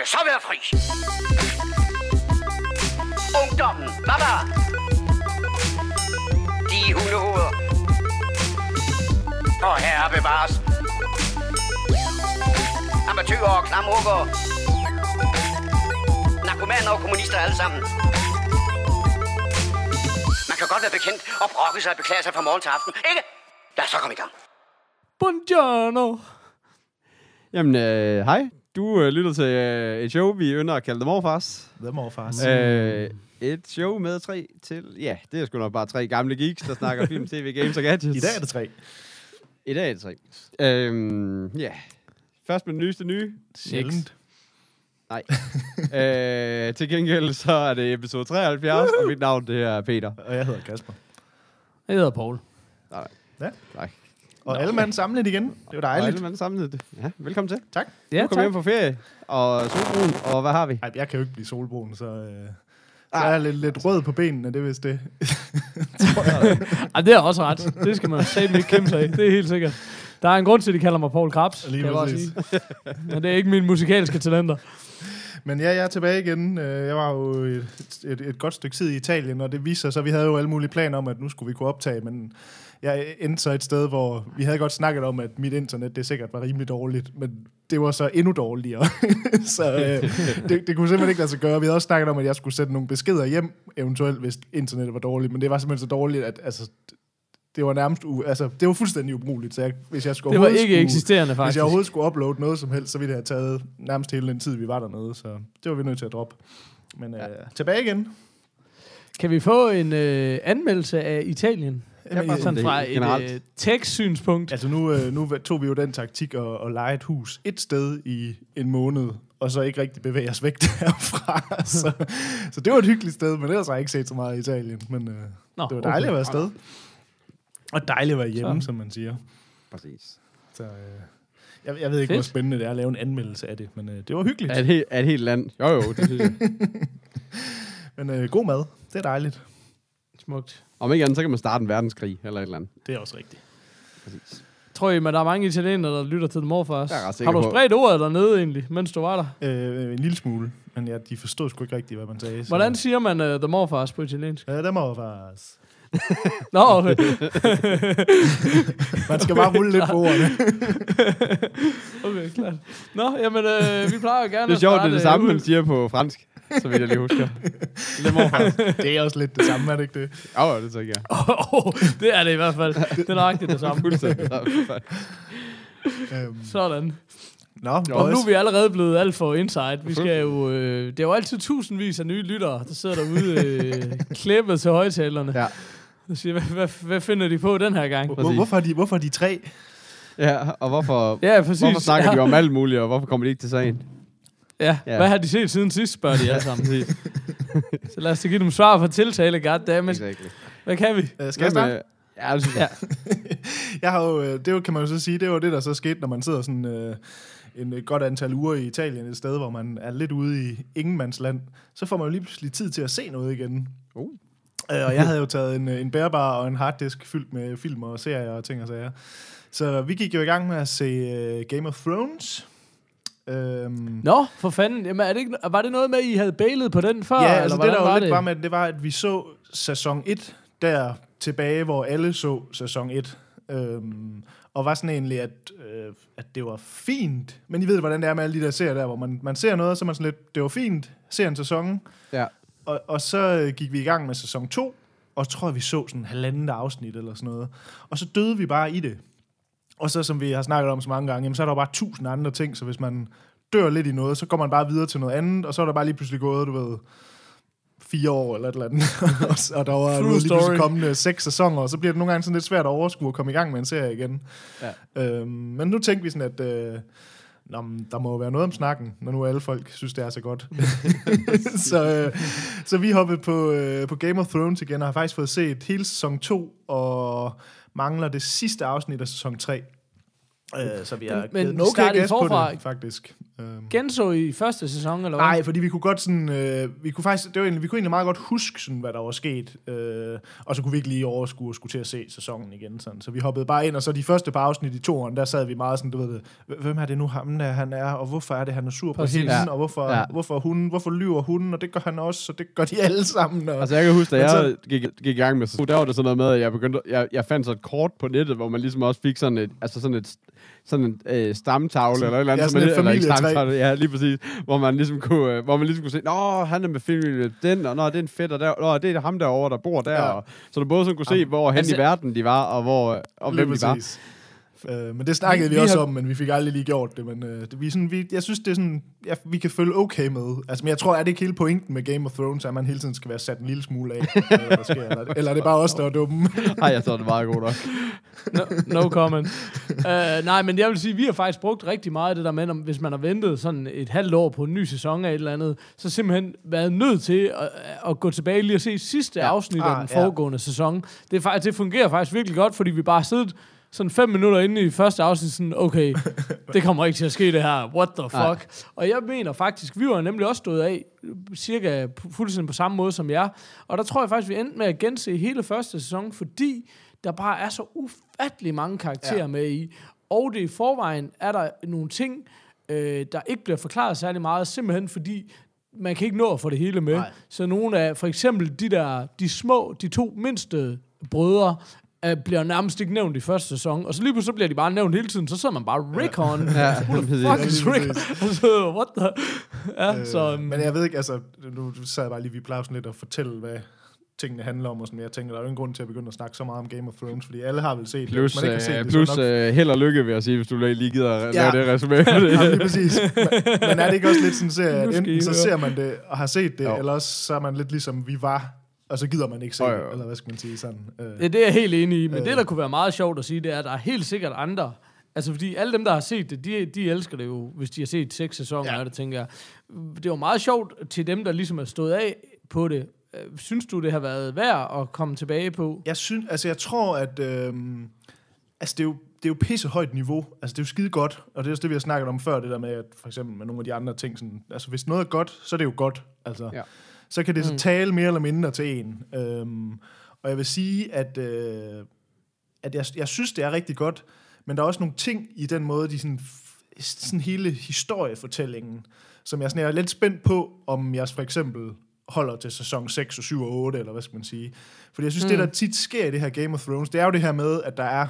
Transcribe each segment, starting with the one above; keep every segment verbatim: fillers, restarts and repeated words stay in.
det så være fri. Ungdommen, baba. De hundehoveder. Og herre bevares. Amatøger og klamrukker. Narkomaner og kommunister alle sammen. Man kan godt være bekendt og brokke sig og beklage sig fra morgen til aften, ikke? Lad os så komme i gang. Buongiorno. Jamen, øh, hej. Du øh, lytter til øh, et show, vi ynder at kalde The Morfars. The Morfars. Øh, et show med tre til... Ja, det er sgu nok bare tre gamle geeks, der snakker film, tv, games og gadgets. I dag er det tre. I dag er det tre. Øhm, ja. Først med den nyeste nye. Sjældent. Nej. øh, til gengæld så er det episode treoghalvfjerds, og mit navn det er Peter. Og jeg hedder Kasper. Jeg hedder Paul. Nej. Ja. Nej. Og Nå. alle mand samlet igen. Det er jo dejligt. Og alle mand samlet. Ja, velkommen til. Tak. Ja, du kommer hjem fra ferie, og solbrun, og hvad har vi? Ej, jeg kan jo ikke blive solbrun, så... Øh, så jeg er lidt, lidt rød på benene, det er vist det. Ej, det er også ret. Det skal man satme ikke kæmpe sig af. Det er helt sikkert. Der er en grund til, at de kalder mig Paul Krabs. Lige kan jeg bare præcis. sige. Men det er ikke mine musikalske talenter. Men ja, jeg er tilbage igen. Jeg var jo et, et, et godt stykke tid i Italien, og det viste sig, så vi havde jo alle mulige planer om, at nu skulle vi kunne optage, men jeg endte så et sted, hvor vi havde godt snakket om, at mit internet, det sikkert var rimelig dårligt, men det var så endnu dårligere. så øh, det, det kunne simpelthen ikke lade sig gøre. Vi havde også snakket om, at jeg skulle sætte nogle beskeder hjem, eventuelt, hvis internettet var dårligt, men det var simpelthen så dårligt, at altså, det var nærmest u- altså, det var fuldstændig umuligt. Så jeg, hvis jeg skulle det var ikke skulle, eksisterende, faktisk. Hvis jeg overhovedet skulle uploade noget som helst, så ville det have taget nærmest hele den tid, vi var dernede. Så det var vi nødt til at droppe. Men øh, tilbage igen. Kan vi få en øh, anmeldelse af Italien? Jamen, Ja, sådan fra et øh, tekst-synspunkt. Altså nu, øh, nu tog vi jo den taktik at, at lege et hus et sted i en måned, og så ikke rigtig bevæge os væk derfra. så, så det var et hyggeligt sted, men ellers har jeg ikke set så meget i Italien. Men øh, Nå, det var dejligt okay. at være afsted. Og dejligt at være hjemme, så. som man siger. Præcis. Så, øh, jeg, jeg ved ikke, Fedt. hvor spændende det er at lave en anmeldelse af det, men øh, det var hyggeligt. Er et, helt, er et helt land? Jo jo, det synes jeg. Men øh, god mad, det er dejligt. Smukt. Om ikke andet, så kan man starte en verdenskrig eller et eller andet. Det er også rigtigt. Præcis. Tror I, men der er mange italienere, der lytter til The Morfars? Jeg er ret sikker Har du på- spredt ordet dernede egentlig, mens du var der? Øh, en lille smule, men ja, de forstod sgu ikke rigtigt, hvad man sagde. Så. Hvordan siger man uh, The Morfars på italiensk? Ja, det må faktisk. Nå, okay. Man skal bare rulle lidt på ordene. Okay, klart. Nå, jamen, øh, vi plejer jo gerne Det er sjovt, det er starte, det samme, øh, man siger på fransk, så vidt jeg lige husker. Det må faktisk. Det er også lidt det samme, er det ikke det? Jo, jo, det tror jeg, ja. Åh, oh, det er det i hvert fald. Det er nøjagtigt det samme. Fuldstændig. Øhm, Sådan. Nå, Og nu er vi allerede blevet alt for inside. Vi skal jo, øh, det er jo altid tusindvis af nye lyttere, der sidder derude øh, klippet til højtalerne. Ja. Og siger, hvad, hvad, hvad finder de på den her gang? Hvor, hvorfor, er de, hvorfor er de tre? Ja, og hvorfor, Ja, præcis. hvorfor snakker ja. de om alt muligt, og hvorfor kommer de ikke til sagen? Ja. Ja. Hvad har de set siden sidst, spørger de alle sammen. Så lad os da give dem svar for tiltale, goddammit. Exactly. Hvad kan vi? Øh, skal jeg starte? Jamen, Ja, det synes jeg. Jeg har jo, øh, det jo, kan man jo så sige, det var det, der så skete, når man sidder sådan øh, en et godt antal uger i Italien, et sted, hvor man er lidt ude i ingenmandsland. Så får man jo lige pludselig tid til at se noget igen. Uh. Øh, og jeg havde jo taget en, en bærbar og en harddisk fyldt med film og serier og ting og sager. Så vi gik jo i gang med at se uh, Game of Thrones. Øhm, Nå, for fanden. Jamen, er det ikke, var det noget med, at I havde bailet på den før? ja, eller altså det hvordan der var var lidt det? var med, det var, at vi så sæson et der tilbage, hvor alle så sæson et. Øhm, og var sådan egentlig, at, øh, at det var fint. Men I ved, hvordan det er med alle de der serier der, hvor man, man ser noget, og så er man sådan lidt, det var fint, ser en sæson. Ja. Og, og så gik vi i gang med sæson to, og tror jeg, vi så sådan en halvanden afsnit eller sådan noget. Og så døde vi bare i det. Og så, som vi har snakket om så mange gange, jamen, så er der bare tusind andre ting, så hvis man dør lidt i noget, så går man bare videre til noget andet, og så er der bare lige pludselig gået, du ved, fire år eller et eller andet. og der var nu lige pludselig kommende seks sæsoner, og så bliver det nogle gange sådan lidt svært at overskue at komme i gang med en serie igen. Ja. Øhm, men nu tænkte vi sådan, at øh, nå, der må jo være noget om snakken, når nu alle folk synes, det er så godt. så, øh, så vi hoppede på, øh, på Game of Thrones igen, og har faktisk fået set hele sæson to, og mangler det sidste afsnit af sæson tre. Øh, så vi har Men- men givet vi okay startede gas på forfra. det, faktisk. Genså i første sæson, eller hvad? Nej, fordi vi kunne godt sådan, øh, vi kunne faktisk, det var egentlig, vi kunne egentlig meget godt huske, sådan, hvad der var sket, øh, og så kunne vi ikke lige overskue og skulle til at se sæsonen igen, sådan. Så vi hoppede bare ind, og så de første par afsnit i toeren, der sad vi meget sådan, du ved, hvem er det nu ham der, han er, og hvorfor er det, han er sur på hende, ja. og hvorfor, ja. hvorfor, hun, hvorfor lyver hun, og det gør han også, og det gør de alle sammen. Og, altså jeg kan huske, da jeg så, gik, gik i gang med sæsonen, der var det sådan noget med, at jeg begyndte, jeg, jeg fandt så et kort på nettet, hvor man ligesom også fik sådan et, altså sådan et, sådan en øh, stamtavle, eller et eller andet, ja, sådan et familietræ. Ja, lige præcis. Hvor man ligesom kunne, hvor man ligesom kunne se, nå, han er med familien, den, og nå, det er en fætter der, nå, det er ham derovre, der bor der. Ja. Og, så du både sådan kunne se, hvor hen altså, i verden de var, og, hvor, og hvem de var. Uh, men det snakkede vi, vi, vi også har... om, men vi fik aldrig lige gjort det. Men uh, det, vi sådan, vi, jeg synes, det er sådan, ja, vi kan følge okay med. Altså, men jeg tror, at det ikke hele pointen med Game of Thrones, at man hele tiden skal være sat en lille smule af. eller, sker, eller, eller er det bare os, der er dumme? Nej, jeg tror, det er meget godt nok. no, no comment. Uh, nej, men jeg vil sige, vi har faktisk brugt rigtig meget det der med, om, hvis man har ventet sådan et halvt år på en ny sæson af et eller andet, så simpelthen været nødt til at, at gå tilbage lige og se sidste ja. afsnit ah, af den foregående ja. sæson. Det, er faktisk, det fungerer faktisk virkelig godt, fordi vi bare har siddet sådan fem minutter inde i første afsnit, sådan, okay, det kommer ikke til at ske det her, what the fuck? Ej. Og jeg mener faktisk, vi var nemlig også stået af, cirka fuldstændig på samme måde som jer, og der tror jeg faktisk, vi endte med at gense hele første sæson, fordi der bare er så ufattelig mange karakterer ja. med i, og det i forvejen er der nogle ting, øh, der ikke bliver forklaret særlig meget, simpelthen fordi man kan ikke nå at få det hele med. Nej. Så nogle af, for eksempel de der, de små, de to mindste brødre, bliver nærmest ikke nævnt i første sæson, og så lige pludselig bliver de bare nævnt hele tiden, så sidder man bare Rickon. Ja, who the fuck is Rickon? Altså, what the... Ja, øh, så... Um... Men jeg ved ikke, altså, nu sad bare lige, vi plejer sådan lidt at fortælle, hvad tingene handler om, og sådan, jeg tænker, der er jo ingen grund til at begynde at snakke så meget om Game of Thrones, fordi alle har vel set plus, det. Man ikke set det, plus nok... uh, held og lykke, vil jeg sige, hvis du lige gider at ja. lave det resume. Ja, lige præcis. Men, men er det ikke også lidt sådan, serie, at enten så ser man det, og har set det, jo. eller også så er man lidt ligesom vi var, og så gider man ikke se oh, det, eller hvad skal man sige sådan. Øh, det, det er jeg helt enig i, men øh, det, der kunne være meget sjovt at sige, det er, at der er helt sikkert andre. Altså, fordi alle dem, der har set det, de, de elsker det jo, hvis de har set seks sæsoner, ja. og det tænker jeg. Det var meget sjovt til dem, der ligesom er stået af på det. Synes du, det har været værd at komme tilbage på? Jeg synes, altså jeg tror, at øh, altså det er jo det er jo pisse højt niveau. Altså det er jo skide godt, og det er også det, vi har snakket om før, det der med, at for eksempel med nogle af de andre ting, sådan, altså hvis noget er godt, så er det jo godt. Altså. Ja. Så kan det så tale mere eller mindre til en. Øhm, og jeg vil sige, at, øh, at jeg, jeg synes, det er rigtig godt, men der er også nogle ting i den måde, de sådan, sådan hele historiefortællingen, som jeg, sådan, jeg er lidt spændt på, om jeg for eksempel holder til sæson seks og syv og otte, eller hvad skal man sige. Fordi jeg synes, mm. det der tit sker i det her Game of Thrones, det er jo det her med, at der er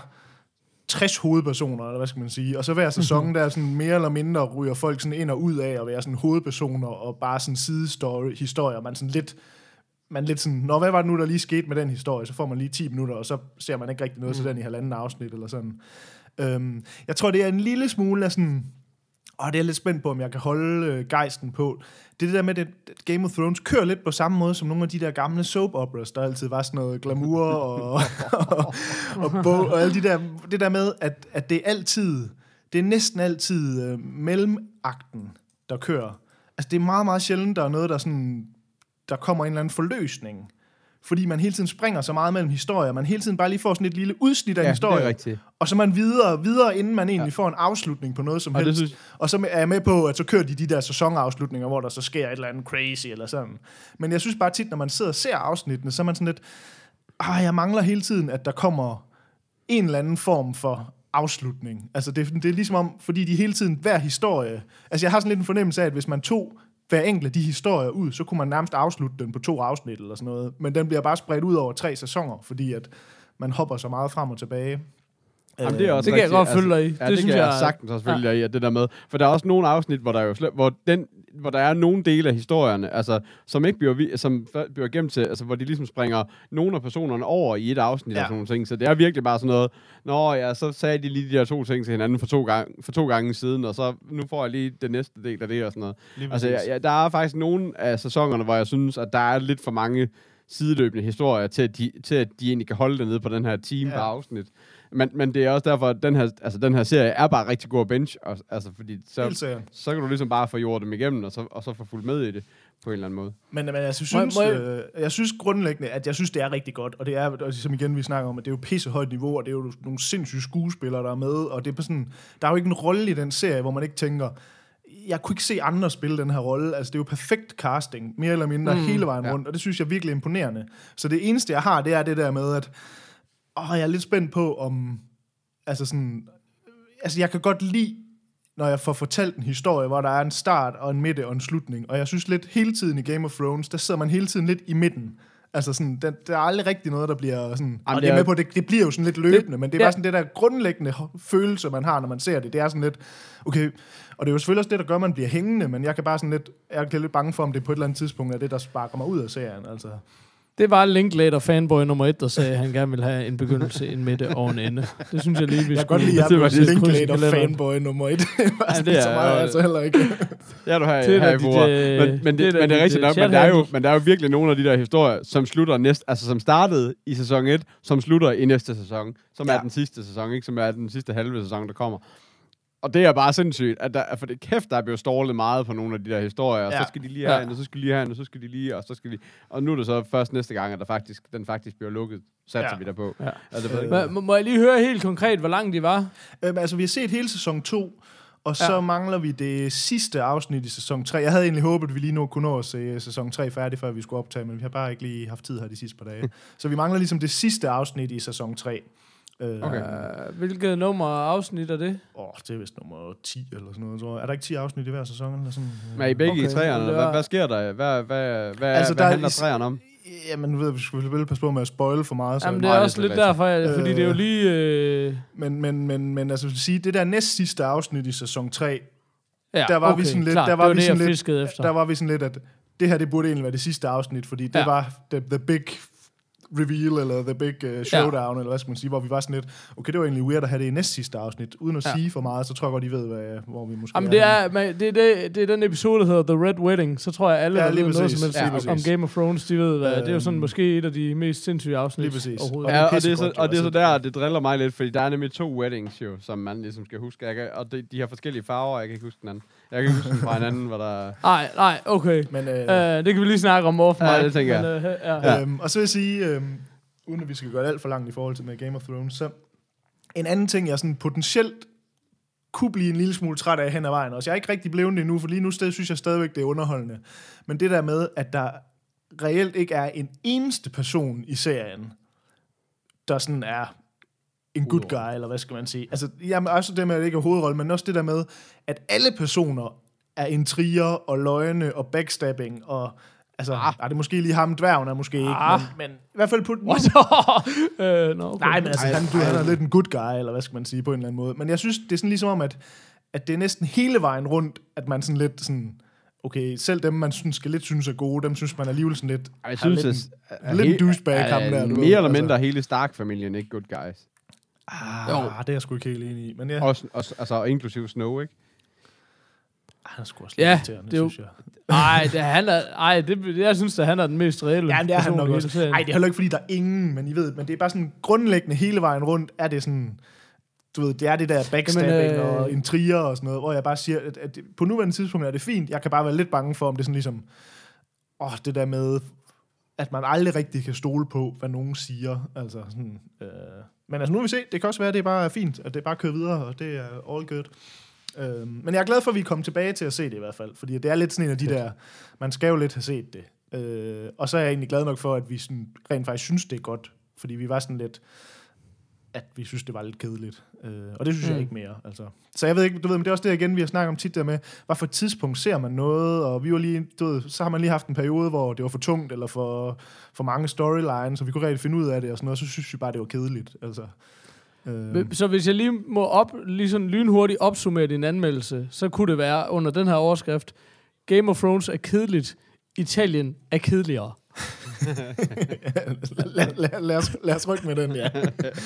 tres hovedpersoner, eller hvad skal man sige, og så hver sæson, der er sådan mere eller mindre ryger folk sådan ind og ud af at være sådan hovedpersoner, og bare sådan sidestory-historier, man sådan lidt, man lidt sådan, nå, hvad var det nu, der lige skete med den historie, så får man lige ti minutter, og så ser man ikke rigtig noget mm. til den i halvanden afsnit, eller sådan. Øhm, jeg tror, det er en lille smule af sådan, og det er jeg lidt spændt på, om jeg kan holde øh, gejsten på. Det, det der med, det Game of Thrones kører lidt på samme måde som nogle af de der gamle soap operas, der altid var sådan noget glamour og, og, og, og, bog, og alle de der, det der med, at, at det er altid, det er næsten altid øh, mellemakten, der kører. Altså det er meget, meget sjældent, der er noget, der sådan, der kommer en eller anden forløsning. Fordi man hele tiden springer så meget mellem historier, man hele tiden bare lige får sådan et lille udsnit af ja, en historie, og så er man videre, videre, inden man egentlig ja. får en afslutning på noget som og helst. Synes... Og så er jeg med på, at så kører de de der sæsonafslutninger, hvor der så sker et eller andet crazy eller sådan. Men jeg synes bare tit, når man sidder og ser afsnittene, så er man sådan lidt, ah, jeg mangler hele tiden, at der kommer en eller anden form for afslutning. Altså det, det er ligesom om, fordi de hele tiden, hver historie, altså jeg har sådan lidt en fornemmelse af, at hvis man tog hver enkelt af de historier ud, så kunne man nærmest afslutte den på to afsnit eller sådan noget. Men den bliver bare spredt ud over tre sæsoner, fordi at man hopper så meget frem og tilbage. Jamen, det er også det kan rigtig, jeg godt følge dig i. Altså, ja, det, det synes kan jeg, jeg sagtens også følge dig ja. i, at det der med. For der er også nogle afsnit, hvor der er jo slet, hvor den hvor der er nogle dele af historierne, altså som ikke bliver som bliver gemt til, altså hvor de ligesom springer nogle af personerne over i et afsnit ja. og sådan nogle ting. Så det er virkelig bare sådan noget. Nå ja, så sagde de lige de her to ting til hinanden for to gange for to gange siden, og så nu får jeg lige den næste del af det og sådan noget. Lige altså ja, ja, der er faktisk nogle af sæsonerne, hvor jeg synes, at der er lidt for mange sideløbende historier til at de til at de egentlig kan holde det nede på den her time ja. per afsnit. Men, men det er også derfor, at den her, altså, den her serie er bare rigtig god at bench. Og, altså, fordi så, så kan du ligesom bare få jordet dem igennem, og så, og så få fulgt med i det på en eller anden måde. Men, men jeg, synes, må, må jeg... Øh, jeg synes grundlæggende, at jeg synes, det er rigtig godt. Og det er, og som igen vi snakker om, at det er jo pissehøjt niveau, og det er jo nogle sindssyge skuespillere, der er med. Og det er sådan, der er jo ikke en rolle i den serie, hvor man ikke tænker, jeg kunne ikke se andre spille den her rolle. Altså, det er jo perfekt casting, mere eller mindre, mm, hele vejen rundt, ja. Og det synes jeg er virkelig imponerende. Så det eneste, jeg har, det er det der med, at åh, jeg er lidt spændt på, om... Altså sådan... Altså, jeg kan godt lide, når jeg får fortalt en historie, hvor der er en start og en midte og en slutning. Og jeg synes lidt, hele tiden i Game of Thrones, der sidder man hele tiden lidt i midten. Altså sådan, der, der er aldrig rigtig noget, der bliver sådan... Jamen, og det er med på, det, det bliver jo sådan lidt løbende, det, men det er ja. bare sådan det der grundlæggende følelse, man har, når man ser det. Det er sådan lidt... Okay, og det er jo selvfølgelig også det, der gør, at man bliver hængende, men jeg kan bare sådan lidt... Jeg er lidt bange for, om det på et eller andet tidspunkt er det, der sparker mig ud af serien, altså... Det var Linklater fanboy nummer et, der sagde, at han gerne ville have en begyndelse, en midte og en ende. Det synes jeg lige, vi jeg skulle... Jeg kan godt lide, at Linklater fanboy nummer et. Det var ja, det er, så meget, altså heller ikke. Det er du her, her i bordet. Men, men, det, det, men det er rigtigt nok, men der, er jo, men der er jo virkelig nogle af de der historier, som slutter næste, altså som startede i sæson et, som slutter i næste sæson, som ja. er den sidste sæson, ikke? Som er den sidste halve sæson, der kommer. Og det er bare sindssygt, at der, for det kæft, der er blevet stålet meget på nogle af de der historier, og ja. så skal de lige have ja. og så skal de lige have og så skal de lige, og så skal de... Og nu er det så først næste gang, at der faktisk, den faktisk bliver lukket, satser ja. vi der på. Ja. Altså, øh, må, må jeg lige høre helt konkret, hvor lang de var? Øhm, altså, vi har set hele sæson to, og så ja. mangler vi det sidste afsnit i sæson tre. Jeg havde egentlig håbet, at vi lige nu kunne nå at se sæson tre færdig, før vi skulle optage, men vi har bare ikke lige haft tid her de sidste par dage. Så vi mangler ligesom det sidste afsnit i sæson tre. Okay. Uh, hvilket nummer afsnit er det? Åh, oh, det er vist nummer ti eller sådan noget, tror jeg. Er der ikke ti afsnit i hver sæson? Eller sådan? Men er I begge okay, i træerne? Hvad, hvad sker der? Hvad, hvad, hvad, altså, hvad handler træerne om? Jamen, nu ved jeg, vi skal vel passe på med at spoile for meget. Så Jamen, det er også lidt derfor, jeg, fordi øh, det er jo lige... Øh... Men, men, men, men altså, vil sige, det der næst sidste afsnit i sæson tre, ja, der var okay, vi sådan lidt... klar, der var vi det, sådan lidt, efter. Der var vi sådan lidt, at det her, det burde egentlig være det sidste afsnit, fordi det ja. var the, the big... reveal, eller the big uh, showdown, ja. eller hvad skal man sige, hvor vi var sådan lidt, okay, det var egentlig weird at have det i næst sidste afsnit, uden at ja. sige for meget, så tror jeg godt, I ved, hvad, hvor vi måske Jamen, det er. Men det, det, det er den episode, der hedder The Red Wedding, så tror jeg, alle, ja, der ved noget som helst ja, om Game of Thrones, de ved, hvad, øhm, det er jo sådan måske et af de mest sindssyge afsnit overhovedet. Ja, og det, er så, og det er så der, det driller mig lidt, fordi der er nemlig to weddings jo, som man ligesom skal huske, kan, og de, de har forskellige farver, jeg kan ikke huske den anden. Jeg kan ikke huske den fra hinanden, hvor der... Nej, nej, okay. Men, øh, uh, det kan vi lige snakke om off mic. Ja, det tænker jeg. Men, uh, ja. Ja. Øhm, og så vil jeg sige... Øhm, uden at vi skal gøre det alt for langt i forhold til med Game of Thrones, så en anden ting, jeg sådan potentielt kunne blive en lille smule træt af hen ad vejen også. Jeg er ikke rigtig blevet det endnu, for lige nu sted, synes jeg stadigvæk, det er underholdende. Men det der med, at der reelt ikke er en eneste person i serien, der sådan er en good guy, eller hvad skal man sige. Altså, jamen, også det med, at det ikke er hovedrolle, men også det der med, at alle personer er intriger og løgne og backstabbing og... Altså, ah. er det måske lige ham, dværgen er måske ah. ikke, men, men i hvert fald på... uh, no, okay. Nej, men altså, han, du, han er lidt en good guy, eller hvad skal man sige, på en eller anden måde. Men jeg synes, det er sådan ligesom om, at, at det er næsten hele vejen rundt, at man sådan lidt sådan... Okay, selv dem, man synes, skal lidt synes er gode, dem synes man alligevel sådan lidt... Jeg synes, er lidt, er, lidt en douchebag ham der. Du mere ved, eller mindre altså. Hele Stark-familien ikke good guys. Ah, jo. det er jeg sgu ikke helt enig i. Men ja. Også, også, altså, inklusiv Snow, ikke? Han er sgu også lidt ja, irriterende, det synes jeg. Ej, det han er, ej, det, jeg synes, at han er den mest reelle. Ja, det er han nok også. Ej, det er heller ikke, fordi der er ingen, men I ved, men det er bare sådan grundlæggende hele vejen rundt, er det sådan, du ved, det er det der backstabbing Jamen, øh... og intriger og sådan noget, hvor jeg bare siger, at, at på nuværende tidspunkt er det fint. Jeg kan bare være lidt bange for, om det er sådan ligesom, åh, det der med, at man aldrig rigtig kan stole på, hvad nogen siger. Altså sådan, øh... Men altså, nu vil vi se, det kan også være, at det bare er fint, at det bare kører videre, og det er all good. Øhm, men jeg er glad for, at vi er kommet tilbage til at se det i hvert fald, fordi det er lidt sådan en af de der, man skal jo lidt have set det. Øh, og så er jeg egentlig glad nok for, at vi sådan, rent faktisk synes, det er godt, fordi vi var sådan lidt, at vi synes, det var lidt kedeligt. Øh, og det synes mm. jeg ikke mere. Altså. Så jeg ved ikke, du ved, men det er også det igen, vi har snakket om tit der med, hvad for et tidspunkt ser man noget, og vi var lige, du ved, så har man lige haft en periode, hvor det var for tungt, eller for, for mange storylines, så vi kunne rigtig finde ud af det, og sådan noget, så synes vi bare, det var kedeligt. Altså. Så hvis jeg lige må op, lige sådan lynhurtigt opsummere din anmeldelse, så kunne det være under den her overskrift: Game of Thrones er kedeligt, Italien er kedeligere. lad, lad, lad, os, lad os rykke med den, ja.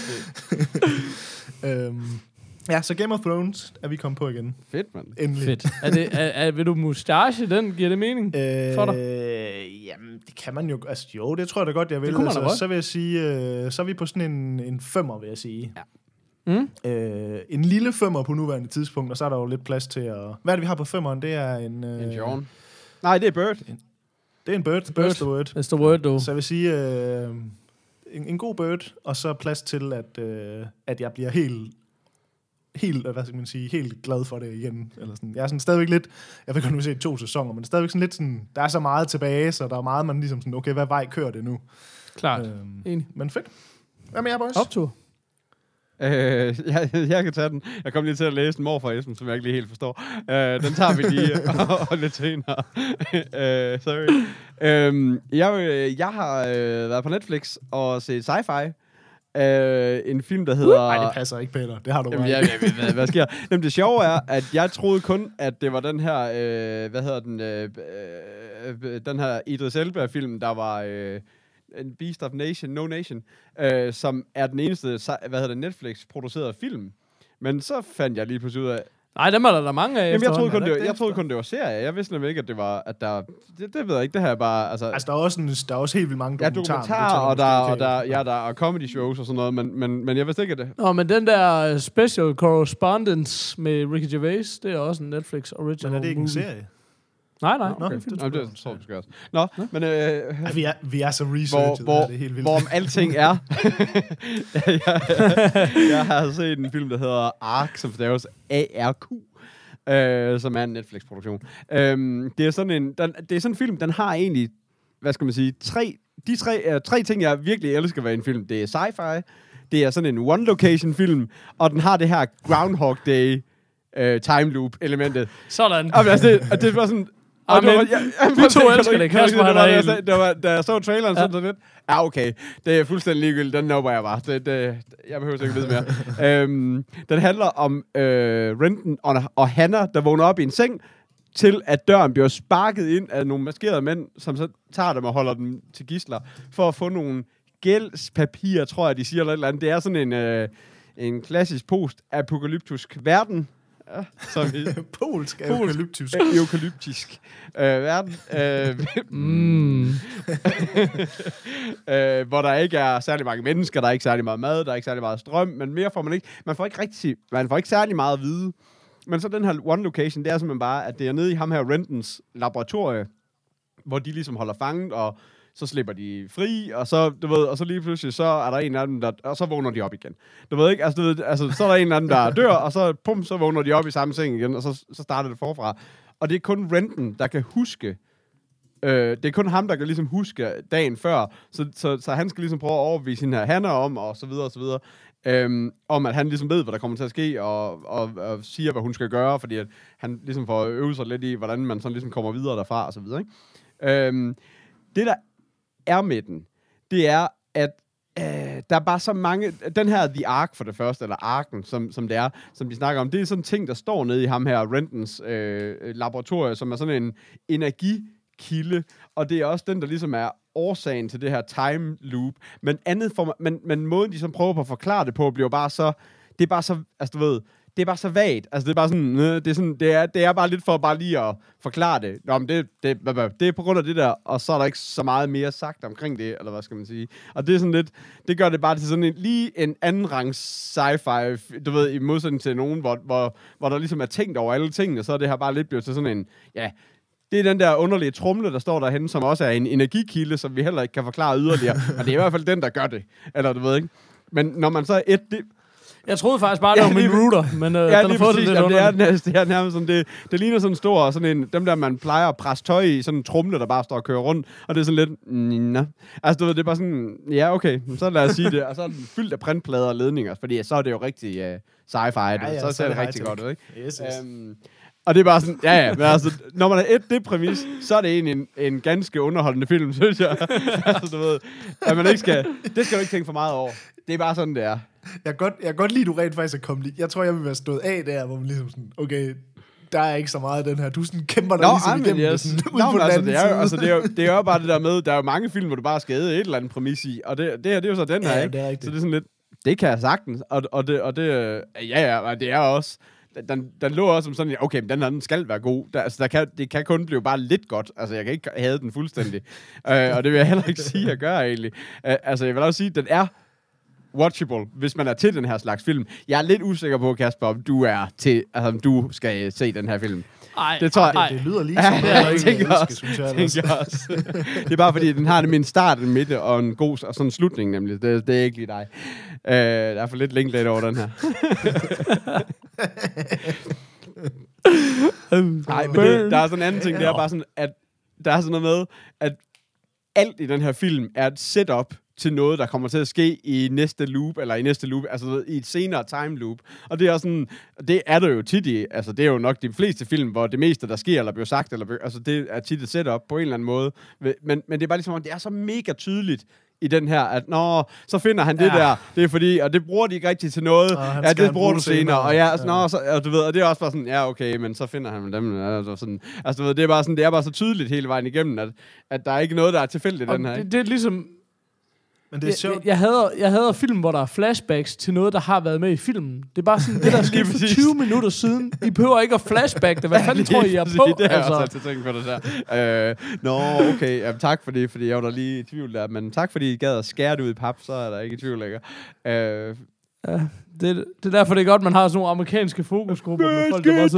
øhm, ja, så Game of Thrones er vi kommet på igen. Fedt, mand. Endelig. Fedt. Er det, er, er, vil du mustache den? Giver det mening øh, for dig? Jamen, det kan man jo... Altså, jo, det tror jeg da godt, jeg vil. Det kunne man altså, da godt. Så vil jeg sige... Øh, så er vi på sådan en, en femmer, vil jeg sige. Ja. Mm. Øh, en lille femmer på nuværende tidspunkt, og så er der jo lidt plads til at... Hvad er det, vi har på femmeren? Det er en... Øh, en John. Nej, det er Bird. En, det er en Bird. Bird. Bird's the word. It's the word, du. Så jeg vil sige... Øh, en, en god Bird, og så plads til, at, øh, at jeg bliver helt helt, hvad skal man sige, helt glad for det igen. Eller sådan. Jeg er sådan stadigvæk lidt, jeg ved godt, nu har set to sæsoner, men stadigvæk sådan lidt sådan, der er så meget tilbage, så der er meget, man ligesom sådan, okay, hvad vej kører det nu? Klart. Øhm, Enig. Men fedt. Hvad med jer, boys? Optur. Øh, jeg, jeg kan tage den. Jeg kom lige til at læse den morfra Esben, som jeg ikke lige helt forstår. Øh, den tager vi lige og, og lidt senere. øh, sorry. Øh, jeg, jeg har øh, været på Netflix og set sci-fi. Øh, en film, der hedder... Nej, det passer ikke, Peter. Det har du Jamen, bare jeg, jeg, jeg, hvad, hvad sker? Jamen, det sjove er, at jeg troede kun, at det var den her, øh, hvad hedder den, øh, øh, den her Idris Elba-film, der var øh, en Beast of Nation, No Nation, øh, som er den eneste, hvad hedder det, Netflix-producerede film. Men så fandt jeg lige pludselig ud af... Nej, dem er der, der mange af. Jamen, jeg troede kun, det var, det jeg troede kun, det var serie. Jeg vidste nemlig ikke, at det var... At der, det, det ved jeg ikke, det her er bare... Altså, Altså, der er også, en, der er også helt vildt mange ja, dokumentarer. dokumentarer, og der, og der, ja, der er comedy shows og sådan noget, men, men, men jeg vidste ikke, at det... Nå, men den der Special Correspondence med Ricky Gervais, det er også en Netflix original Men er det ikke en movie. serie? Nej, nej. Nå, Okay. det Nå, det tror jeg måske også. Nå, men... Øh, Ja, vi, er, vi er så hvor, researchet, hvor, det er helt vildt. hvorom alting er. jeg, jeg har set en film, der hedder Ark, som staves A R Q, øh, som er en Netflix-produktion. Øhm, det er sådan en, den, det er sådan en film, den har egentlig, hvad skal man sige, tre, de tre, uh, tre ting, jeg virkelig elsker ved en film. Det er sci-fi, det er sådan en one-location-film, og den har det her Groundhog Day uh, time loop-elementet. Sådan. Og altså, det, og det var sådan... Og Amen. det var, jeg, jeg, Vi to elsker det. Kasper, han er jeg, helt... jeg, det var, da jeg så traileren, Ja. sådan sådan lidt, ja, okay, det er fuldstændig ligegyldigt, den nopper jeg bare. Det, det, jeg behøver ikke vide mere. øhm, den handler om øh, Renton og, og Hannah, der vågner op i en seng, til at døren bliver sparket ind af nogle maskerede mænd, som så tager dem og holder dem til gidsler, for at få nogle gældspapirer, tror jeg, de siger, eller et eller andet. Det er sådan en, øh, en klassisk post-apokalyptisk verden, ja, som vi... Polsk, Polsk. eukalyptisk. Øh, eukalyptisk øh, verden, øh, Mm. øh, hvor der ikke er særlig mange mennesker, der er ikke særlig meget mad, der er ikke særlig meget strøm, men mere får man ikke. Man får ikke rigtig, man får ikke særlig meget at vide. Men så den her one location, det er simpelthen bare, at det er nede i ham her Rentons laboratorie, hvor de ligesom holder fanget, og så slipper de fri, og så, du ved, og så lige pludselig, så er der en af dem, der, og så vågner de op igen. Du ved ikke, altså, du ved, altså så er der en af dem, der dør, og så, pum, så vågner de op i samme seng igen, og så, så starter det forfra. Og det er kun Renton, der kan huske, øh, det er kun ham, der kan ligesom huske dagen før, så, så, så han skal ligesom prøve at overbevise hende her Hannah om, og så videre, og så videre, øhm, om at han ligesom ved, hvad der kommer til at ske, og, og, og siger, hvad hun skal gøre, fordi at han ligesom får øvet sig lidt i, hvordan man sådan ligesom kommer videre derfra, og så videre, ikke? Øhm, det, der er med den, det er, at øh, der er bare så mange... Den her The Ark for det første, eller Arken, som, som det er, som de snakker om, det er sådan en ting, der står nede i ham her, Rentons øh, laboratorie, som er sådan en energikilde, og det er også den, der ligesom er årsagen til det her time loop. Men, andet for, men, men måden, de så prøver på at forklare det på, bliver bare så... Det er bare så... Altså, du ved... Det er bare så vagt. Altså, det er bare sådan, øh, det er sådan, det er, det er bare lidt for bare lige at forklare det. Nå, men det, det, det er på grund af det der, og så er der ikke så meget mere sagt omkring det, eller hvad skal man sige. Og det er sådan lidt, det gør det bare til sådan en, lige en anden rangs sci-fi, du ved, i modsætning til nogen, hvor, hvor, hvor der ligesom er tænkt over alle tingene, så er det her bare lidt blevet til sådan en, ja, det er den der underlige trumle, der står derhenne, som også er en energikilde, som vi heller ikke kan forklare yderligere. Men det er i hvert fald den, der gør det. Eller du ved ikke. Men når man så er et... Det, Jeg troede faktisk bare, det Ja, var min lige- router, men øh, ja, den har lige fået præcis. det lidt Jamen, det, er, underligt. nærmest- det er nærmest sådan, det, det ligner sådan en stor, sådan en, dem der, man plejer at presse tøj i, sådan en trumle, der bare står og kører rundt, og det er sådan lidt, mm, altså du ved, det er bare sådan, ja, okay, så lad os sige det, og så er den fyldt af printplader og ledninger, fordi så er det jo rigtig uh, sci-fi, ja, ja, så, så så ser er det det rigtig high-tech. godt ud, ikke? Yes, yes. Um, og det er bare sådan, ja, ja, men altså, når man er et det præmis, så er det egentlig en, en ganske underholdende film, synes jeg. altså, du ved, at man ikke skal, det skal du ikke tænke for meget over. Det er bare sådan, det er. Jeg kan godt, jeg kan godt lide, du rent faktisk er kommet lige. Jeg tror, jeg vil være stået af der, hvor man ligesom sådan, okay, der er ikke så meget af den her. Du sådan kæmper dig Nå, ligesom ej, men igennem yes. det, sådan, ud Nå, på men den altså, anden det er, jo, side. altså, det, er jo, det er jo bare det der med, der er jo mange film, hvor du bare skal æde et eller andet præmis i, og det, det her, det er jo så den her, Ja, ikke? det er rigtigt. Så det er sådan lidt, det kan jeg sagtens, og, og, det, og det, øh, ja, ja, og det er også, den, den lå også som sådan, okay, men den her, den skal være god, der, altså, der kan, det kan kun blive bare lidt godt, altså, jeg kan ikke have den fuldstændig, øh, og det vil jeg heller ikke sige, at jeg gør egentlig, øh, altså, jeg vil også sige, at den er watchable, hvis man er til den her slags film. Jeg er lidt usikker på, Kasper, om du er til, altså, om du skal se den her film. Ej, Det tror jeg- ej, Det, det lyder lige Ja, som, jeg noget, tænker elsker, også. synes jeg, ellers. tænker jeg også. Det er bare fordi, den har nemlig en start, en midte og en god og sådan en slutning, nemlig. Det, det er ikke lige dig. Øh, der er for lidt link lidt over den her. Nej, men det, der er sådan en anden ting, det er bare sådan, at der er sådan noget med, at alt i den her film er et setup til noget, der kommer til at ske i næste loop, eller i næste loop, altså i et senere time loop. Og det er sådan, det er der jo tit i, altså det er jo nok de fleste film, hvor det meste, der sker, eller bliver sagt, eller altså det er tit et setup på en eller anden måde. Men, men det er bare ligesom, det er så mega tydeligt i den her, at nå, så finder han det ja. der, det er fordi, og det bruger de ikke rigtig til noget, ja, det bruger du senere, og ja, altså, ja. Nå, så, og du ved, og det er også bare sådan, ja, okay, men så finder han dem, altså sådan, altså du ved, det er bare sådan, det er bare så tydeligt hele vejen igennem, at, at der er ikke noget, der er tilfældigt i den her. Det, det er ligesom, men det er sjovt. Jeg, jeg, hader, jeg hader film, hvor der er flashbacks til noget, der har været med i filmen. Det er bare sådan, det der skete for tyve minutter siden. I behøver ikke at flashback det. Hvad fanden tror I er på? Det er altså. også altid tænkt på det der. Øh, Nå, okay. Jamen, tak for det, fordi jeg var der lige i tvivl der. Men tak, fordi I gad at skære det ud i pap, så er der ikke i tvivl længere. Øh, ja, det, det er derfor, det er godt, man har sådan nogle amerikanske fokusgrupper med folk, der bare så...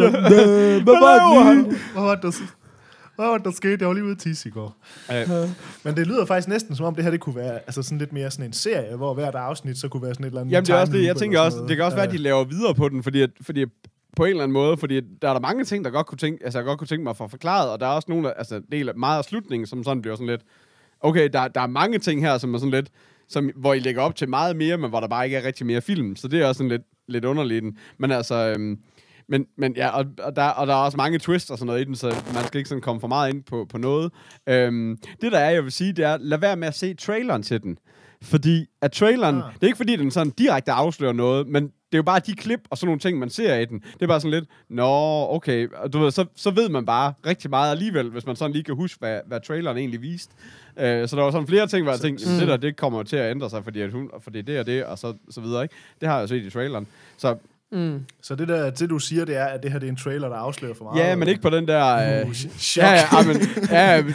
Hvad var det, Hvad var det, der skete? Jeg var lige ude at tisse i går. Øh. Men det lyder faktisk næsten, som om det her det kunne være altså sådan lidt mere sådan en serie, hvor hvert afsnit så kunne være sådan et eller andet... Jamen, det er også det. Jeg tænker også, det kan også være, at de laver videre på den, fordi, at, fordi på en eller anden måde, fordi der er der mange ting, der godt kunne tænke, altså jeg godt kunne tænke mig at få forklaret, og der er også nogle, der, altså del af meget af slutningen, som sådan bliver sådan lidt... Okay, der, der er mange ting her, som er sådan lidt... Som, hvor I lægger op til meget mere, men hvor der bare ikke er rigtig mere film. Så det er også sådan lidt, lidt underligt. Men altså... Øhm, Men, men ja, og, og, der, og der er også mange twists og sådan noget i den, så man skal ikke sådan komme for meget ind på, på noget. Øhm, det der er, jeg vil sige, det er, lad være med at se traileren til den. Fordi at traileren, ah. det er ikke fordi, den sådan direkte afslører noget, men det er jo bare de klip og sådan nogle ting, man ser i den. Det er bare sådan lidt, nå, okay, og du ved, så, så ved man bare rigtig meget alligevel, hvis man sådan lige kan huske, hvad, hvad traileren egentlig viste. Øh, så der var sådan flere ting, hvor jeg tænkte, mm. det der, det kommer til at ændre sig, fordi, at hun, fordi det og det, og så, så videre, ikke? Det har jeg set i traileren. Så Mm. Så det der, det du siger, det er, at det her det er en trailer, der afslører for meget. Ja, men ikke på den der... Øh, uh, chok. Ja, ja, men, ja, det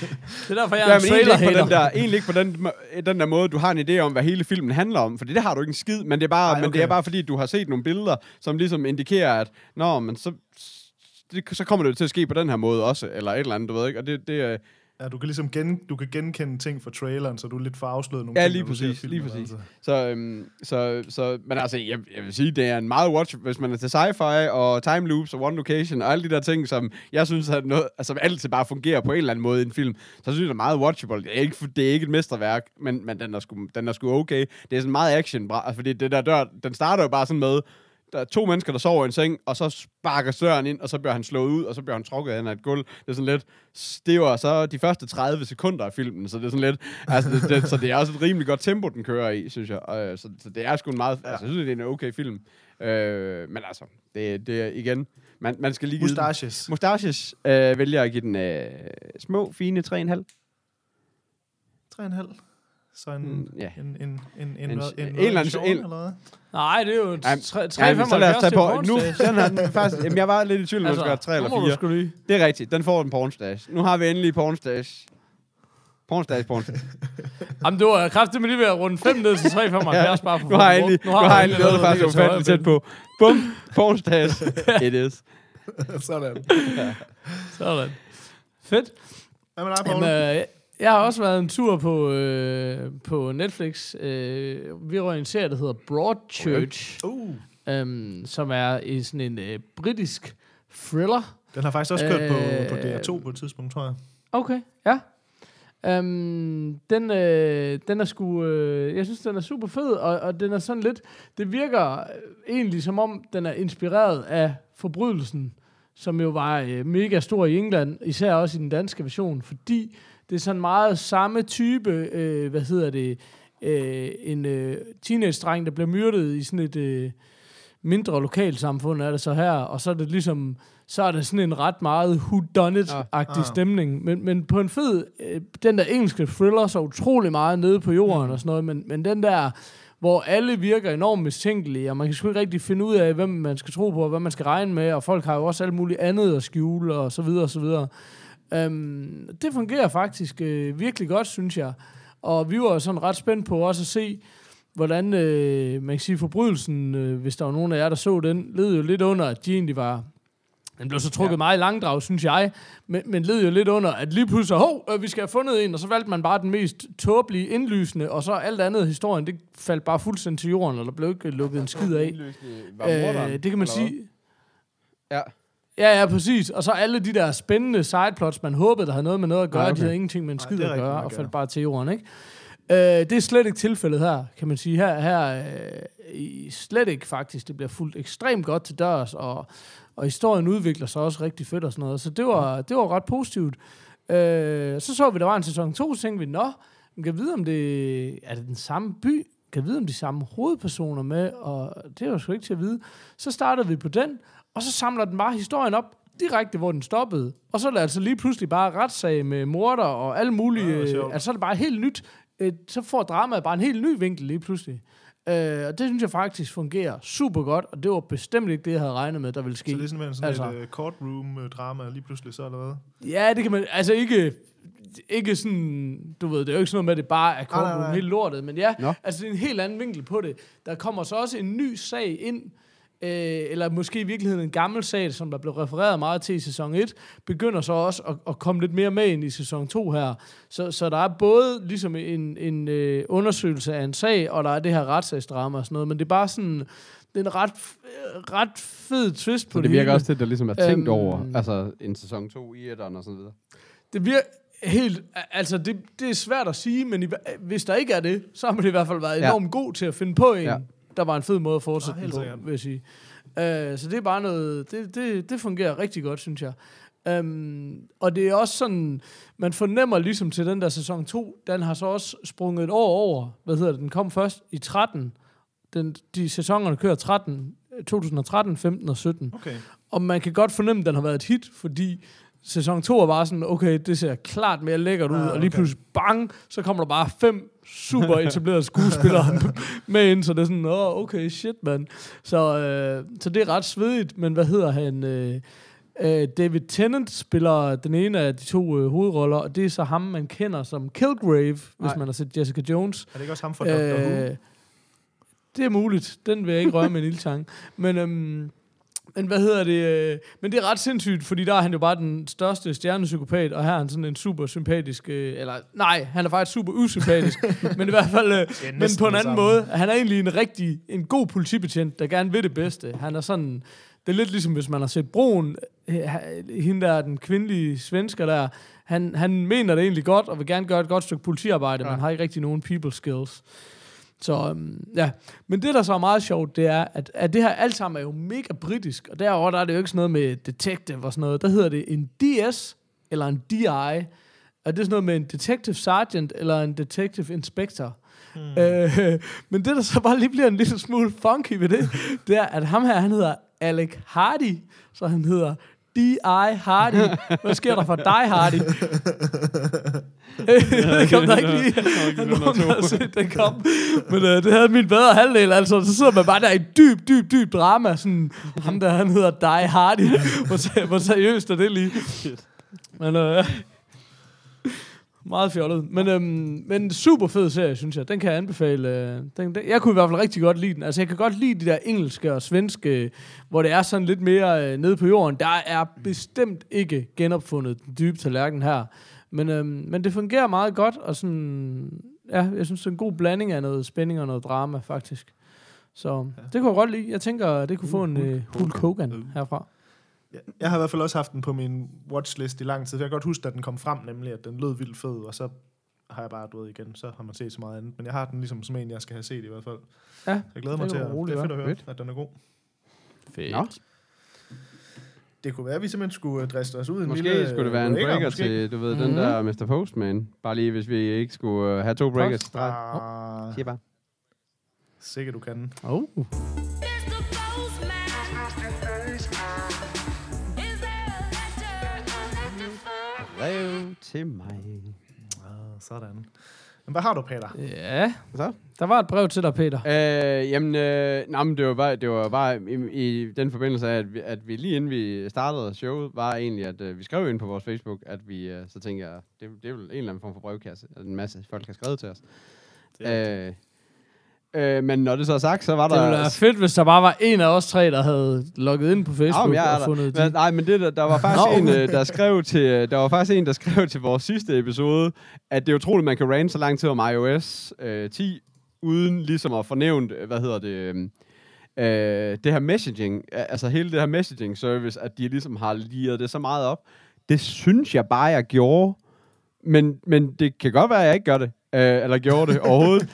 er derfor, jeg ja, er en trailer-hater. Den der, egentlig ikke på den, den der måde, du har en idé om, hvad hele filmen handler om, fordi det har du ikke en skid, men det er bare, Ej, okay. men det er bare fordi, du har set nogle billeder, som ligesom indikerer, at nå, men så, det, så kommer det jo til at ske på den her måde også, eller et eller andet, du ved ikke, og det... det ja, du kan ligesom gen, du kan genkende ting fra traileren, så du er lidt for afsløret nogle ja, ting. Ja, lige præcis, filmen, lige præcis. Altså. Så, øhm, så, så, men altså, jeg, jeg vil sige, det er en meget watch, hvis man er til sci-fi og time loops og one location og alle de der ting, som jeg synes, at noget, altså altid bare fungerer på en eller anden måde i en film, så synes jeg, det er meget watchable. Det er ikke, det er ikke et mesterværk, men, men den, er sgu, den er sgu okay. Det er sådan meget action, altså, fordi det der dør, den starter jo bare sådan med, der er to mennesker, der sover i en seng, og så sparker døren ind, og så bliver han slået ud, og så bliver han trukket hen af et gulv. Det er sådan lidt, det var så de første tredive sekunder af filmen, så det er sådan lidt, altså det, det, så det er også et rimelig godt tempo, den kører i, synes jeg. Og, så, så det er sgu en meget, ja. altså jeg synes, det er en okay film. Øh, men altså, det, det er igen, man, man skal lige give Mustaches. Den. Mustaches øh, vælger at give den øh, små, fine tre komma fem. tre komma fem? Så en, mm, yeah. en, en, en, en, en, en, en, en eller anden en, eller hvad? Nej, det er jo tre komma femoghalvfjerds til pornstage. Nu, den har den faktisk, jamen, jeg var lidt i tvivl, om altså, det skal være tre eller fire. Det er rigtigt, den får en pornstage. Nu har vi endelig pornstage. Pornstage, pornstage. Jamen, du har kraftigt med lige ved at runde fem ned til tre komma femoghalvfjerds bare for nu har jeg endelig, nu har jeg endelig noget, der faktisk er ufatteligt tæt på. Bum, pornstage. It is. Sådan. Ja. Sådan. Fedt. Hvad med dig, Paul? Jamen, øh, jeg har også været en tur på, øh, på Netflix. Øh, vi røg en serie, der hedder Broadchurch, okay. uh. øhm, som er i sådan en øh, britisk thriller. Den har faktisk også kørt øh, på, på D R to på et tidspunkt, tror jeg. Okay, ja. Um, den, øh, den er sgu, øh, jeg synes, den er super fed, og, og den er sådan lidt, det virker egentlig som om, den er inspireret af Forbrydelsen, som jo var øh, mega stor i England, især også i den danske version, fordi det er sådan meget samme type, øh, hvad hedder det, øh, en øh, teenage-dreng, der bliver myrdet i sådan et øh, mindre lokalsamfund, er det så her, og så er det ligesom, så er det sådan en ret meget whodunit-agtig ah. stemning, men, men på en fed, øh, den der engelske thriller, så utrolig meget nede på jorden mm. og sådan noget, men, men den der, hvor alle virker enormt mistænkelige, og man kan sgu ikke rigtig finde ud af, hvem man skal tro på, og hvad man skal regne med, og folk har jo også alt muligt andet at skjule, og så videre, og så videre. Um, det fungerer faktisk øh, virkelig godt, synes jeg. Og vi var sådan ret spændt på også at se, hvordan, øh, man kan sige, Forbrydelsen, øh, hvis der var nogen af jer, der så den, led jo lidt under, at de egentlig var Den blev så trukket Ja. meget i langdrag, synes jeg, men, men led jo lidt under, at lige pludselig, hov, øh, vi skal have fundet en, og så valgte man bare den mest tåbelige, indlysende, og så alt andet af historien, det faldt bare fuldstændig til jorden, og der blev ikke lukket en skid af. Øh, det kan man sige. Ja. Ja, ja, præcis. Og så alle de der spændende sideplots, man håbede, der havde noget med noget at gøre, Nej, okay. okay. de havde ingenting med en skid Nej, det er at gøre, rigtigt nok, og ja. faldt bare til jorden, ikke? Øh, det er slet ikke tilfældet her, kan man sige. Her, her øh, i slet ikke faktisk. Det bliver fuldt ekstremt godt til dørs, og, og historien udvikler sig også rigtig fedt og sådan noget. Så det var, det var ret positivt. Øh, så så vi, der var en sæson to, så tænkte vi, nå, man kan vide, om det er det den samme by, kan vide, om de samme hovedpersoner med, og det var sgu ikke til at vide. Så startede vi på den, og så samler den bare historien op, direkte hvor den stoppede. Og så er det altså lige pludselig bare retssag med morder og alle mulige... Ja, øh, altså så er det bare helt nyt. Øh, så får dramaet bare en helt ny vinkel lige pludselig. Øh, og det synes jeg faktisk fungerer super godt, og det var bestemt ikke det, jeg havde regnet med, der ville ske. Så det er sådan, sådan altså, et uh, courtroom-drama lige pludselig, så eller hvad? Ja, det kan man... Altså ikke... Ikke sådan, du ved, det er jo ikke sådan noget med, at det bare er nej, nej. courtroom helt lortet, men ja, Nå. altså det er en helt anden vinkel på det. Der kommer så også en ny sag ind, øh, eller måske i virkeligheden en gammel sag, som der blev refereret meget til i sæson et, begynder så også at, at komme lidt mere med ind i sæson to her. Så, så der er både ligesom en, en øh, undersøgelse af en sag, og der er det her retssagsdrama og sådan noget, men det er bare sådan, det er en ret, ret fed twist på Så det det virker hele. også til, at der ligesom er tænkt Øhm, over, altså en sæson to i etteren og sådan videre. Det virker helt, altså det, det er svært at sige, men i, hvis der ikke er det, så har man i hvert fald været Ja. enormt god til at finde på en, Ja. der var en fed måde at fortsætte Ja, den helt på, sikkert. vil jeg sige. Uh, så det er bare noget, det, det, det fungerer rigtig godt, synes jeg. Um, og det er også sådan, man fornemmer ligesom til den der sæson to, den har så også sprunget et år over, hvad hedder det, den kom først i tretten, den, de sæsonerne kører tretten, to tusind og tretten, femten og sytten. Okay. Og man kan godt fornemme, at den har været et hit, fordi sæson to er bare sådan, okay, det ser klart mere lækkert ud, Ah, og lige okay. pludselig, bang, så kommer der bare fem super etablerede skuespillere med ind, så det er sådan, åh, okay, shit, man. Så, øh, så det er ret svedigt, men hvad hedder han? Øh, øh, David Tennant spiller den ene af de to øh, hovedroller, og det er så ham, man kender som Kilgrave, hvis Nej. man har set Jessica Jones. Er det ikke også ham fra Doctor Who? Øh, det er muligt. Den vil jeg ikke røre med en ildtang. Men, øhm, men hvad hedder det? Øh, men det er ret sindssygt, fordi der er han jo bare den største stjernepsykopat, og her er han sådan en super sympatisk... Øh, eller nej, han er faktisk super usympatisk. men i hvert fald... Øh, men næsten på en det anden samme. måde. Han er egentlig en rigtig... En god politibetjent, der gerne vil det bedste. Han er sådan... Det er lidt ligesom, hvis man har set Broen, øh, hende der, den kvindelige svensker der, han, han mener det egentlig godt, og vil gerne gøre et godt stykke politiarbejde, ja. men har ikke rigtig nogen people skills. Så um, ja, men det der så er meget sjovt, det er, at, at det her alt sammen er jo mega britisk, og derovre der er det jo ikke sådan noget med detective og sådan noget, der hedder det en D S eller en D I, og det er sådan noget med en detective sergeant eller en detective inspector. Hmm. Øh, men det der så bare lige bliver en lille smule funky ved det, det er, at ham her, han hedder Alec Hardy, så han hedder D I Hardy. Hvad sker der for dig, Hardy? Det kom der ikke lige. Han nogen, der har set det kom. Men øh, det havde min bedre halvdel, altså. Så sidder man bare der i dyb, dyb, dyb drama. Sådan, ham der, han hedder Die Hardy. Hvor, se- hvor seriøst er det lige? Men øh, meget fjollet. Men, øhm, men super fed serie, synes jeg. Den kan jeg anbefale. Øh, den, den, jeg kunne i hvert fald rigtig godt lide den. Altså, jeg kan godt lide de der engelske og svenske, hvor det er sådan lidt mere øh, nede på jorden. Der er bestemt ikke genopfundet den dybe tallerken her. Men, øhm, men det fungerer meget godt, og sådan, ja, jeg synes, det er en god blanding af noget spænding og noget drama, faktisk. Så ja. Det kunne jeg godt lide. Jeg tænker, det kunne få en øh, Hulk Hogan herfra. Jeg, jeg har i hvert fald også haft den på min watchlist i lang tid. Jeg kan godt huske, at den kom frem, nemlig at den lød vildt fed, og så har jeg bare død igen. Så har man set så meget andet. Men jeg har den ligesom som en, jeg skal have set i hvert fald. Ja, jeg glæder mig til at, det er fedt at høre, fedt. At den er god. Fedt. Nå. Det kunne være, at vi simpelthen skulle uh, driste os ud en måske lille... Måske skulle det være en breaker, breaker til, du ved, mm-hmm. den der mister Postman. Bare lige, hvis vi ikke skulle uh, have to breakers. Post. Ah. Siger bare. Sikkert du kan. Oh. Brev til mig. Ah, sådan. Men hvad har du, Peter? Ja, så? Der var et brev til dig, Peter. Øh, jamen, øh, nej, men det var bare, det var bare i, i den forbindelse af, at vi, at vi lige inden vi startede showet, var egentlig, at øh, vi skrev ind på vores Facebook, at vi, øh, så tænker jeg, det, det er vel en eller anden form for brevkasse, at en masse folk har skrevet til os. Øh, Øh, men når det så er sagt, så var Det der... ville være fedt, hvis der bare var en af os tre, der havde logget ind på Facebook Ja, og fundet men, de. nej, men det, der, der var faktisk Nå. en, øh, der skrev til, der var faktisk en, der skrev til vores sidste episode, at det er utroligt, man kan rante så lang tid om iOS øh, ti, uden ligesom at fornævne, hvad hedder det, øh, det her messaging, altså hele det her messaging service, at de ligesom har liret det så meget op. Det synes jeg bare, jeg gjorde, men, men det kan godt være, at jeg ikke gør det. Øh, eller gjorde det overhovedet.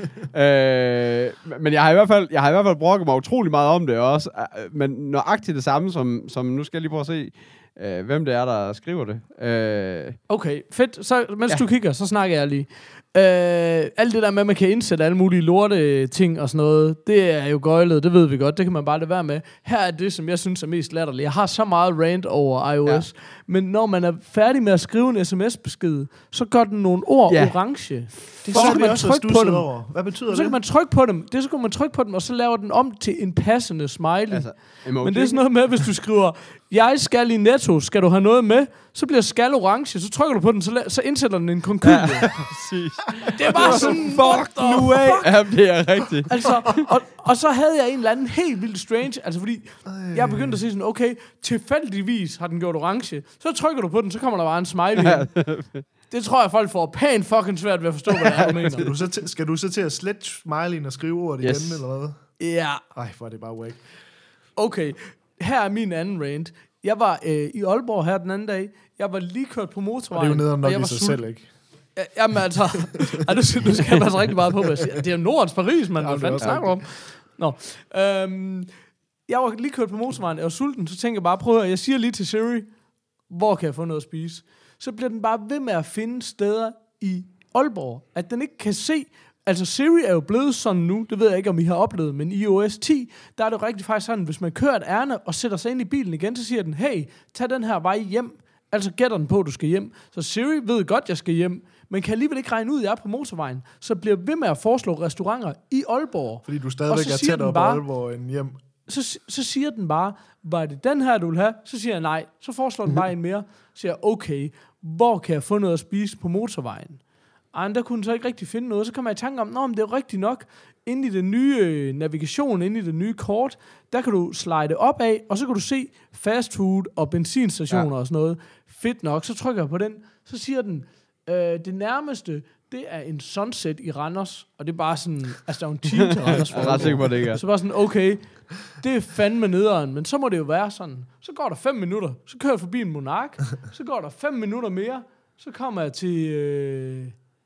øh, men jeg har i hvert fald, jeg har i hvert fald brokket mig utrolig meget om det også. Øh, men nøjagtigt det samme, som, som nu skal jeg lige prøve at se, øh, hvem det er, der skriver det. Øh, Okay, fedt. Så mens Ja. du kigger, så snakker jeg lige. Øh, alt det der med, at man kan indsætte alle mulige lorte ting og sådan noget, det er jo gøjlet, det ved vi godt, det kan man bare lade være med. Her er det, som jeg synes er mest latterligt. Jeg har så meget rant over iOS, ja. Men når man er færdig med at skrive en sms-besked, så gør den nogle ord Ja. orange. Det, Så så har kan vi man også trykke på studset dem. over. Hvad betyder Så kan det? man trykke på dem. Det så kan man trykke på dem, og så laver den om til en passende smiley. altså, emoji. Men det er sådan noget med, hvis du skriver, jeg skal i Netto, skal du have noget med? Så bliver skal orange, så trykker du på den, så, la- så indsætter den en konkylie. Ja. Præcis. Det er bare sådan, fuck nu af. Ja, det er rigtigt. Altså, og, og så havde jeg en eller anden helt vildt strange, altså fordi, jeg begyndte at sige sådan, okay, tilfældigvis har den gjort orange, så trykker du på den, så kommer der bare en smiley. Ja. Det tror jeg, folk får pænt fucking svært ved at forstå, hvad det er, du mener. Skal du så til, skal du så til at slette smileyen og skrive ordet Yes. igen, eller hvad? Ja, Ej, hvor er det bare whack. okay. Her er min anden rant. Jeg var øh, i Aalborg her den anden dag. Jeg var lige kørt på Og motorvejen. det er jo nede om nok jeg i var sig sulten. selv, ikke? Ja, jamen altså, ej, nu, nu skal jeg passe rigtig meget på, hvad jeg siger. Det er jo Nordens Paris, man. Ja, Hvad det er fanden også snakker du om? Nå, øhm, jeg var lige kørt på motorvejen, jeg var sulten, så tænker jeg bare, prøv at høre, jeg siger lige til Siri, hvor kan jeg få noget at spise? Så bliver den bare ved med at finde steder i Aalborg, at den ikke kan se. Altså Siri er jo blevet sådan nu, det ved jeg ikke, om I har oplevet, men i i O S ti, der er det jo rigtig faktisk sådan, hvis man kører et ærne og sætter sig ind i bilen igen, så siger den, hey, tag den her vej hjem. Altså gætter den på, at du skal hjem. Så Siri ved godt, at jeg skal hjem, men kan alligevel ikke regne ud, at jeg er på motorvejen. Så bliver ved med at foreslå restauranter i Aalborg. Fordi du Og stadigvæk så er siger tættere den på bare- Aalborg end hjem. Så, så siger den bare, var det den her, du vil have? Så siger jeg nej. Så foreslår den bare en mere. Så siger jeg, okay, hvor kan jeg få noget at spise på motorvejen? Ej, men der kunne den så ikke rigtig finde noget. Så kommer jeg i tanke om, nå, men det er jo rigtigt nok. Inde i den nye øh, navigation, inde i det nye kort, der kan du slide op af, og så kan du se fast food og benzinstationer ja. og sådan noget. Fedt nok. Så trykker jeg på den. Så siger den, øh, det nærmeste, det er en Sunset i Randers. Og det er bare sådan, altså der er jo en time til Randers. Jeg er ret sikker på, at det ikke er. Så bare sådan, okay, det er fandme nederen, men så må det jo være sådan. Så går der fem minutter, så kører jeg forbi en Monark, så går der fem minutter mere, så kommer jeg til øh,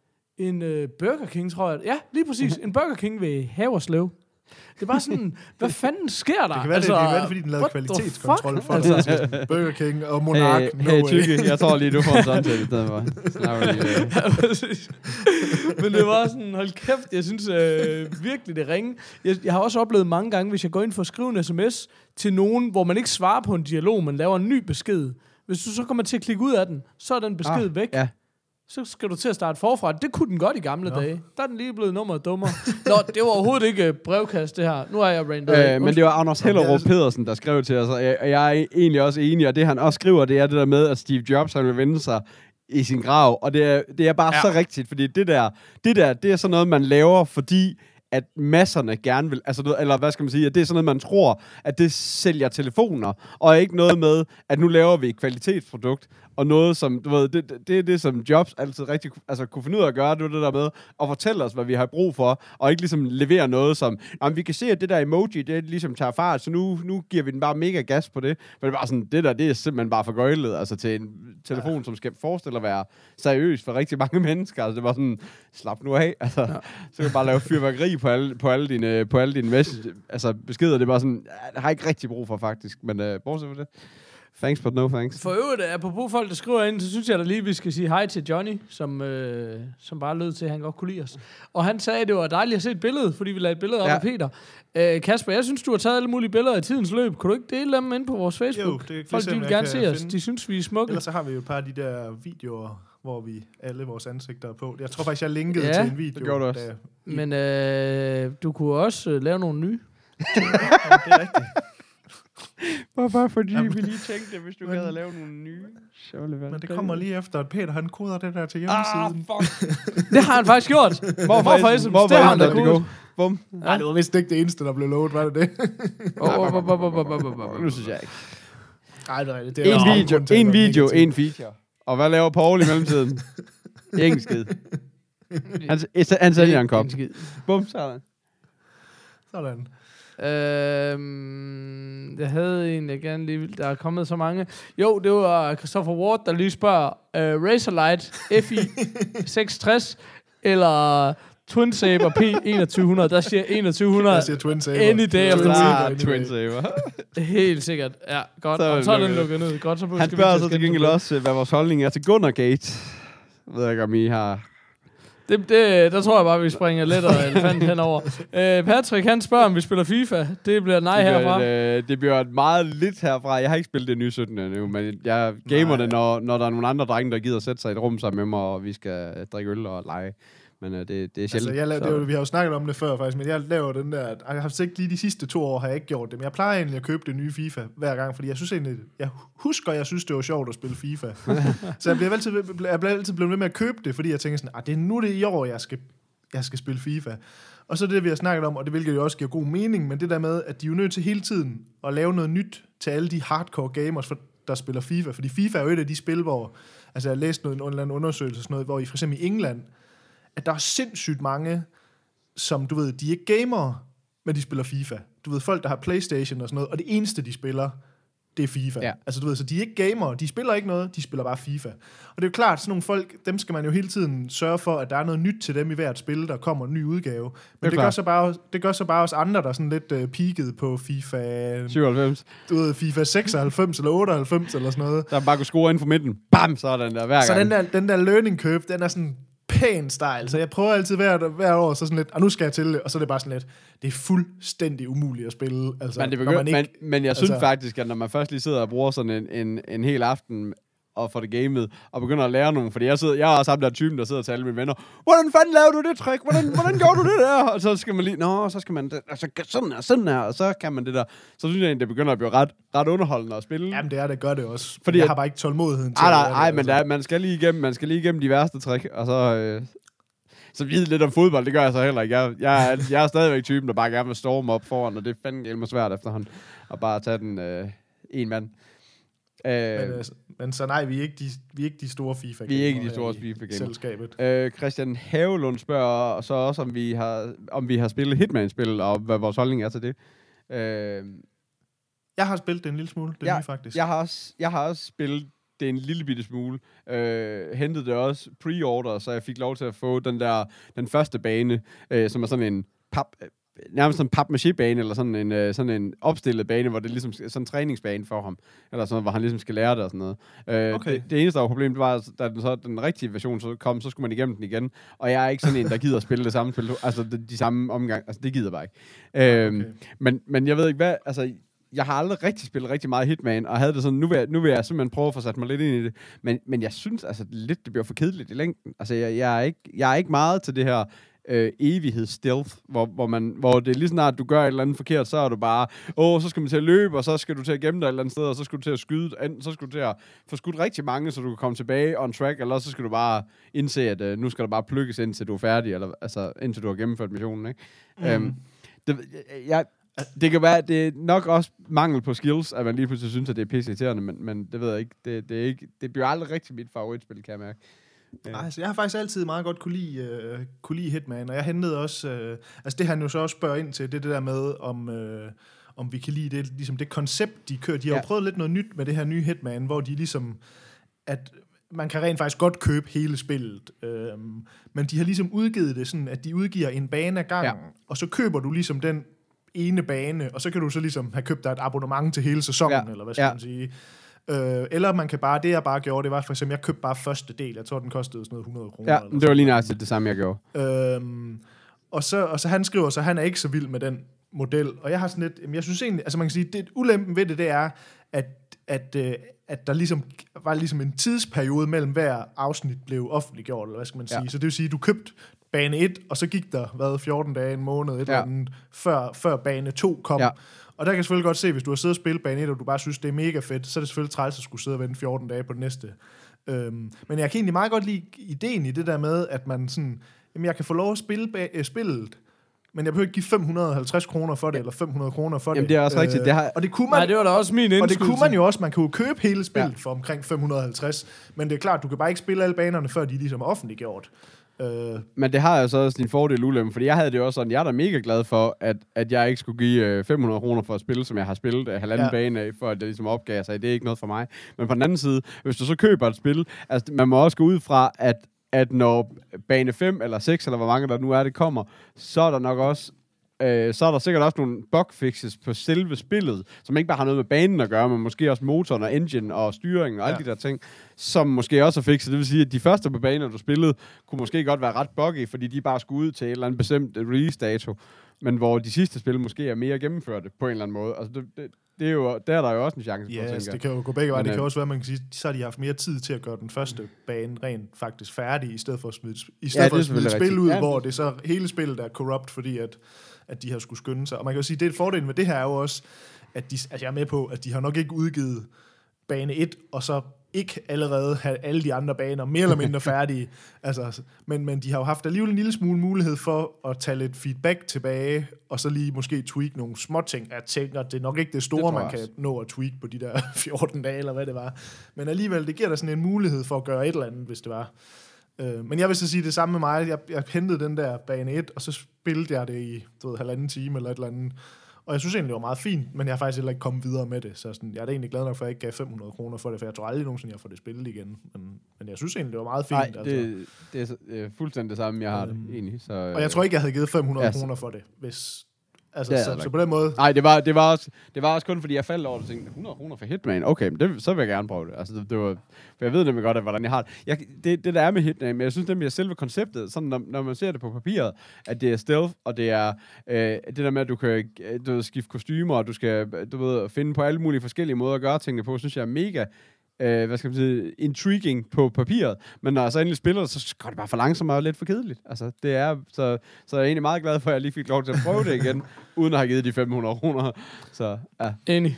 en øh, Burger King, tror jeg. Ja, lige præcis, en Burger King ved Haverslev. Det er bare sådan, hvad fanden sker der? Det kan være, altså, det, det, kan være det, fordi den lavede what the kvalitetskontrol fuck? for det. Altså, Burger King og Monark, Hey, no hey way. tykke, jeg tror lige, du får en sådan til i stedet for. Snakker lige, øh. Ja, præcis. Men det var sådan, hold kæft, jeg synes øh, virkelig, det ringe. Jeg, jeg har også oplevet mange gange, hvis jeg går ind for at skrive en sms til nogen, hvor man ikke svarer på en dialog, man laver en ny besked. Hvis du så kommer til at klikke ud af den, så er den besked Ah, væk. ja. Så skal du til at starte forfra. Det kunne den godt i gamle Nå. dage. Der er den lige blevet nummeret dummere. Nå, det var overhovedet ikke uh, brevkast, det her. Nu er jeg randet. Øh, men det var Anders Hellerup Pedersen, der skrev til os, og jeg, og jeg er egentlig også enig, og det han også skriver, det er det der med, at Steve Jobs, han vil vende sig i sin grav, og det er, det er bare ja. så rigtigt, fordi det der, det der, det er sådan noget, man laver, fordi at masserne gerne vil, altså, noget- eller hvad skal man sige, at det er sådan noget, man tror, at det sælger telefoner, og ikke noget med, at nu laver vi et kvalitetsprodukt, og noget som, du ved, det, det er det, som Jobs altid rigtig altså, kunne finde ud af at gøre, det var det der med at fortælle os, hvad vi har brug for, og ikke ligesom levere noget som, jamen, vi kan se, at det der emoji, det ligesom tager fart, så nu, nu giver vi den bare mega gas på det. Men det er bare sådan, det der, det er simpelthen bare for gøjlet, altså til en telefon, som skal forestille at være seriøs for rigtig mange mennesker. Altså det var sådan, slap nu af, altså, ja. Så kan du bare lave fyrværkeri på alle, på alle dine, på alle dine message, altså beskeder, det er bare sådan, jeg har ikke rigtig brug for faktisk, men uh, bortset fra det. Thanks, but no thanks. For øvrigt, apropos folk, der skriver ind, så synes jeg da lige, vi skal sige hej til Johnny, som, øh, som bare lød til, at han godt kunne lide os. Og han sagde, at det var dejligt at se et billede, fordi vi lagde et billede op Ja. af Peter. Øh, Kasper, jeg synes, du har taget alle mulige billeder i tidens løb. Kunne du ikke dele dem ind på vores Facebook? Jo, det kan jeg folk, se, de om vil jeg gerne kan se os. finde. De synes, vi er smukke. Ellers så har vi jo et par af de der videoer, hvor vi alle vores ansigter er på. Jeg tror faktisk, jeg linkede Ja, til en video. det gjorde du også. Da, Men øh, du kunne også øh, lave nogle nye. ja, det er rigtigt. Bare, bare fordi Jamen, vi lige tænkte, hvis du men- gad at lave nogle nye, så ville det være Men det kommer lige efter, at Peter han koder det der til Ah, hjemmesiden. fuck. Det har han faktisk gjort. Hvorfor Esben? Hvor Det har var han da det, det kodet. gå? Bum. Nej, det var vist ikke det eneste, der blev lovet, var det det? Åh, åh, åh, åh, åh, åh, åh, åh, åh. Nu synes jeg ikke. Nej, det er rigtigt. Det er En også video, grund til at en være video, negativ. en feature. Og hvad laver Paul i mellemtiden? Ingen skid. Han, han sælger en kop. En skid. Bum, sådan. Sådan. Øhm, jeg havde en, jeg gerne lige vil. Der er kommet så mange. Jo, det var Christopher Ward, der lige spørger, uh, Razorlight F I seks tres eller Twin Saber P enogtyve hundrede. Der siger enogtyve hundrede. Jeg siger Twin Saber. Any day of the Twin Saber, Ah, any Twin day. Saber. Helt sikkert. Ja, godt. Så er Så, det så er den lukket. lukket ned. Godt, så Han skal vi spørger at så til skænde gengæld på det. også, hvad vores holdning er til Gunnergate. Jeg ved ikke, om I har... Det, det, der tror jeg bare, vi springer let og elefant henover. Øh, Patrick, han spørger, om vi spiller FIFA. Det bliver et nej det herfra. bliver, et, øh, det bliver et meget lidt herfra. Jeg har ikke spillet det nye sytten endnu, men jeg gamer Nej. det, når, når der er nogle andre drenge, der gider sætte sig i et rum sammen med mig, og vi skal drikke øl og lege. Men øh, det, det er sjældent. Altså, jeg laver, det er jo, vi har jo snakket om det før faktisk, men jeg laver den der, jeg har ikke lige de sidste to år har jeg ikke gjort det, men jeg plejer egentlig at købe det nye FIFA hver gang, fordi jeg synes egentlig, jeg husker, jeg synes, det var sjovt at spille FIFA. Så jeg bliver altid, jeg bliver altid blevet ved med at købe det, fordi jeg tænker sådan, ah, det er nu det er i år, jeg skal, jeg skal spille FIFA. Og så det, vi har snakket om, og det hvilket jo også giver god mening, men det der med, at de er jo nødt til hele tiden at lave noget nyt til alle de hardcore gamers, for, der spiller FIFA. Fordi FIFA er jo et af de spil, hvor, altså jeg har læst noget, en eller anden undersøgelse, sådan noget, hvor i for eksempel i England, at der er sindssygt mange, som du ved, de er ikke gamere, men de spiller FIFA. Du ved, folk, der har PlayStation og sådan noget, og det eneste, de spiller, det er FIFA. Ja. Altså du ved, så de er ikke gamere, de spiller ikke noget, de spiller bare FIFA. Og det er jo klart, sådan nogle folk, dem skal man jo hele tiden sørge for, at der er noget nyt til dem i hvert spil, der kommer en ny udgave. Men det, det, gør, så bare, det gør så bare os andre, der er sådan lidt uh, peaked på FIFA, syvoghalvfems. du ved, FIFA seksoghalvfems eller otteoghalvfems eller sådan noget. Der bare kunne score ind for midten. Bam, så er den der hver Så gang. den der, den der learning curve, den er sådan pæn style, så jeg prøver altid hver, hver år, så sådan lidt, og nu skal jeg til det, og så er det bare sådan lidt, det er fuldstændig umuligt at spille. Altså, Men, det når begynd, man ikke, men, men jeg synes altså- faktisk, at når man først lige sidder og bruger sådan en, en, en hel aften og får det gamet, og begynder at lære nogen, fordi jeg, sidder, jeg er også ham der typen, der sidder til alle mine venner, hvordan fanden laver du det trick? Hvordan, hvordan gjorde du det der? Og så skal man lige, nå, så skal man, altså, sådan her, sådan her, og så kan man det der. Så synes jeg egentlig, det begynder at blive ret, ret underholdende at spille. Jamen det er det, gør det også. Fordi Fordi jeg at- har bare ikke tålmodigheden til Ej, at nej, lære ej, det, men der, er- man skal lige igennem, man skal lige igennem de værste trick, og så, øh, så vide lidt om fodbold, det gør jeg så heller ikke. Jeg, jeg, er, jeg er stadigvæk typen, der bare gerne vil storme op foran, og det er fandme helt svært efterhånden, at bare tage den øh, en mand. Øh, Men, øh, men så nej, vi er ikke de, vi er ikke de store FIFA Vi er ikke de store FIFA-gamere. selskabet. øh, Christian Havelund spørger så også, om vi har, om vi har spillet Hitman-spil, og hvad vores holdning er til det. Øh, Jeg har spillet det en lille smule, det Ja, nye faktisk. Jeg har også, jeg har også spillet det en lille bitte smule. Øh, hentede det også pre-order, så jeg fik lov til at få den der, den første bane, øh, som er sådan en pap, øh, nærmest sådan en papmaché-bane, eller sådan en, øh, sådan en opstillet bane, hvor det er ligesom sådan en træningsbane for ham, eller sådan noget, hvor han ligesom skal lære det og sådan noget. Øh, Okay. det, det eneste, der var problemet, var, at da den, så, den rigtige version så kom, så skulle man igennem den igen, og jeg er ikke sådan en, der gider at spille det samme spil, altså de, de samme omgang, altså det gider jeg bare ikke. Øh, Okay. men, men jeg ved ikke, hvad, altså jeg har aldrig rigtig spillet rigtig meget Hitman, og havde det sådan, nu vil jeg, nu vil jeg simpelthen prøve at få sat mig lidt ind i det, men, men jeg synes altså lidt, det bliver for kedeligt i længden. Altså, jeg, jeg, er, ikke, jeg er ikke meget til det her øh, evighedsstealth, hvor, hvor, man, hvor det er lige snart, du gør et eller andet forkert, så er du bare, åh, så skal man til at løbe, og så skal du til at gemme dig et eller andet sted, og så skal du til at skyde, så skal du til at få skudt rigtig mange, så du kan komme tilbage on track, eller så skal du bare indse, at øh, nu skal der bare plukkes, indtil du er færdig, eller altså, indtil du har gennemført missionen, ikke? Mm. Øhm, det, jeg, det kan være, det er nok også mangel på skills, at man lige pludselig synes, at det er pisse irriterende, men, men det ved jeg ikke. Det, det, er ikke, det bliver aldrig rigtig mit favoritspil, kan jeg mærke. Nej, altså, jeg har faktisk altid meget godt kunne lide, uh, kunne lide Hitman, og jeg hentede også, uh, altså det han jo så også spørger ind til, det er det der med, om, uh, om vi kan lide det, ligesom det koncept, de kører. De har Ja. jo prøvet lidt noget nyt med det her nye Hitman, hvor de ligesom, at man kan rent faktisk godt købe hele spillet, øhm, men de har ligesom udgivet det sådan, at de udgiver en bane ad gangen, ja. og så køber du ligesom den ene bane, og så kan du så ligesom have købt dig et abonnement til hele sæsonen, Ja. eller hvad skal Ja. man sige. Øh, eller man kan bare, det jeg bare gjorde, det var for eksempel, jeg købte bare første del, jeg tror, den kostede sådan noget hundrede kroner. Ja, eller det var lige nøjagtigt det samme, jeg gjorde. Øhm, og, så, og så han skriver, så han er ikke så vild med den model, og jeg har sådan lidt, jeg synes egentlig, altså man kan sige, det ulempen ved det, det er, at, at, øh, at der ligesom var ligesom en tidsperiode mellem hver afsnit blev offentliggjort, eller hvad skal man sige. Ja. Så det vil sige, du købte bane et, og så gik der, hvad, fjorten dage, en måned, et ja. eller andet, før, før bane to kom. Ja. Og der kan jeg selvfølgelig godt se, hvis du har siddet og spillet bane et, og du bare synes, det er mega fedt, så er det selvfølgelig træls at skulle sidde og vente fjorten dage på det næste. Øhm, men jeg kan egentlig meget godt lide ideen i det der med, at man sådan, jamen jeg kan få lov at spille ba- spillet, men jeg behøver ikke give fem hundrede og halvtreds kroner for det, eller fem hundrede kroner for Jamen, det. det er også rigtigt. Øh, det har... Og det kunne man, Nej, det var da også min indskydelse. Og det kunne man jo også. Man kunne jo købe hele spillet ja. for omkring fem hundrede og halvtreds, men det er klart, du kan bare ikke spille alle banerne, før de ligesom er offentliggjort. Øh. Men det har jo så også din fordel ulempe, fordi jeg havde det jo også sådan, jeg er da mega glad for, at, at jeg ikke skulle give fem hundrede kroner for at spille, som jeg har spillet uh, halvanden ja. bane af, for at det ligesom opgav sig. Det er ikke noget for mig. Men på den anden side, hvis du så køber et spil, altså man må også gå ud fra, at, at når bane fem eller seks, eller hvor mange der nu er, det kommer, så er der nok også Øh, så er der sikkert også nogle bugfixes på selve spillet, som ikke bare har noget med banen at gøre, men måske også motoren og engine og styringen og ja. alle de der ting, som måske også er fikset. Det vil sige, at de første på baner, du spillede, kunne måske godt være ret buggy, fordi de bare skulle ud til et eller andet bestemt release-dato, men hvor de sidste spil måske er mere gennemførte på en eller anden måde. Altså, det, det, det er jo, der er der jo også en chance yes, på, tænker. Det kan jo gå begge veje. Det kan øh, også være, man kan sige, så har de haft mere tid til at gøre den første bane rent faktisk færdig, i stedet for at smide, i stedet ja, for at smide et spil rigtigt. ud, ja, hvor det så hele spillet er corrupt, fordi at at de har skulle skynde sig. Og man kan jo sige, det er et fordel med det her er jo også, at de, altså jeg er med på, at de har nok ikke udgivet bane et, og så ikke allerede have alle de andre baner mere eller mindre færdige. Altså, men, men de har jo haft alligevel en lille smule mulighed for at tage lidt feedback tilbage, og så lige måske tweak nogle små ting. Jeg tænker, det er nok ikke det store, det man kan nå at tweak på de der fjorten dage, eller hvad det var. Men alligevel, det giver der sådan en mulighed for at gøre et eller andet, hvis det var. Uh, men jeg vil så sige det samme med mig. Jeg, jeg hentede den der bane et, og så spillede jeg det i du ved, halvanden time eller et eller andet. Og jeg synes egentlig, det var meget fint, men jeg har faktisk heller ikke kommet videre med det. Så sådan, jeg er da egentlig glad nok for, at jeg ikke gav fem hundrede kroner for det, for jeg tror aldrig nogensinde, jeg får det spillet igen. Men, men jeg synes egentlig, det var meget fint. Nej, det, altså. det er øh, fuldstændig det samme, jeg har um, det egentlig. Så, øh, og jeg tror ikke, jeg havde givet fem hundrede ja, kroner for det, hvis... Altså, det så, så på den måde... Nej, det var, det, var også, det var også kun, fordi jeg faldt over det og tænkte, hundrede kroner for Hitman? Okay, men det, så vil jeg gerne prøve det. Altså, det, det var, for jeg ved nemlig godt, at, hvordan jeg har det. Jeg, det. Det der er med Hitman, men jeg synes nemlig, at selve konceptet, sådan, når, når man ser det på papiret, at det er stealth, og det er øh, det der med, at du kan du ved, skifte kostymer, og du skal du ved, finde på alle mulige forskellige måder at gøre tingene på, synes jeg er mega... Øh, hvad skal man sige, intriguing på papiret, men når jeg så endelig spiller, så går det bare for langsomt og lidt for kedeligt. Altså, det er, så, så jeg er egentlig meget glad for, at jeg lige fik lov til at prøve det igen, uden at have givet de fem hundrede kroner. Så, ja. Enig.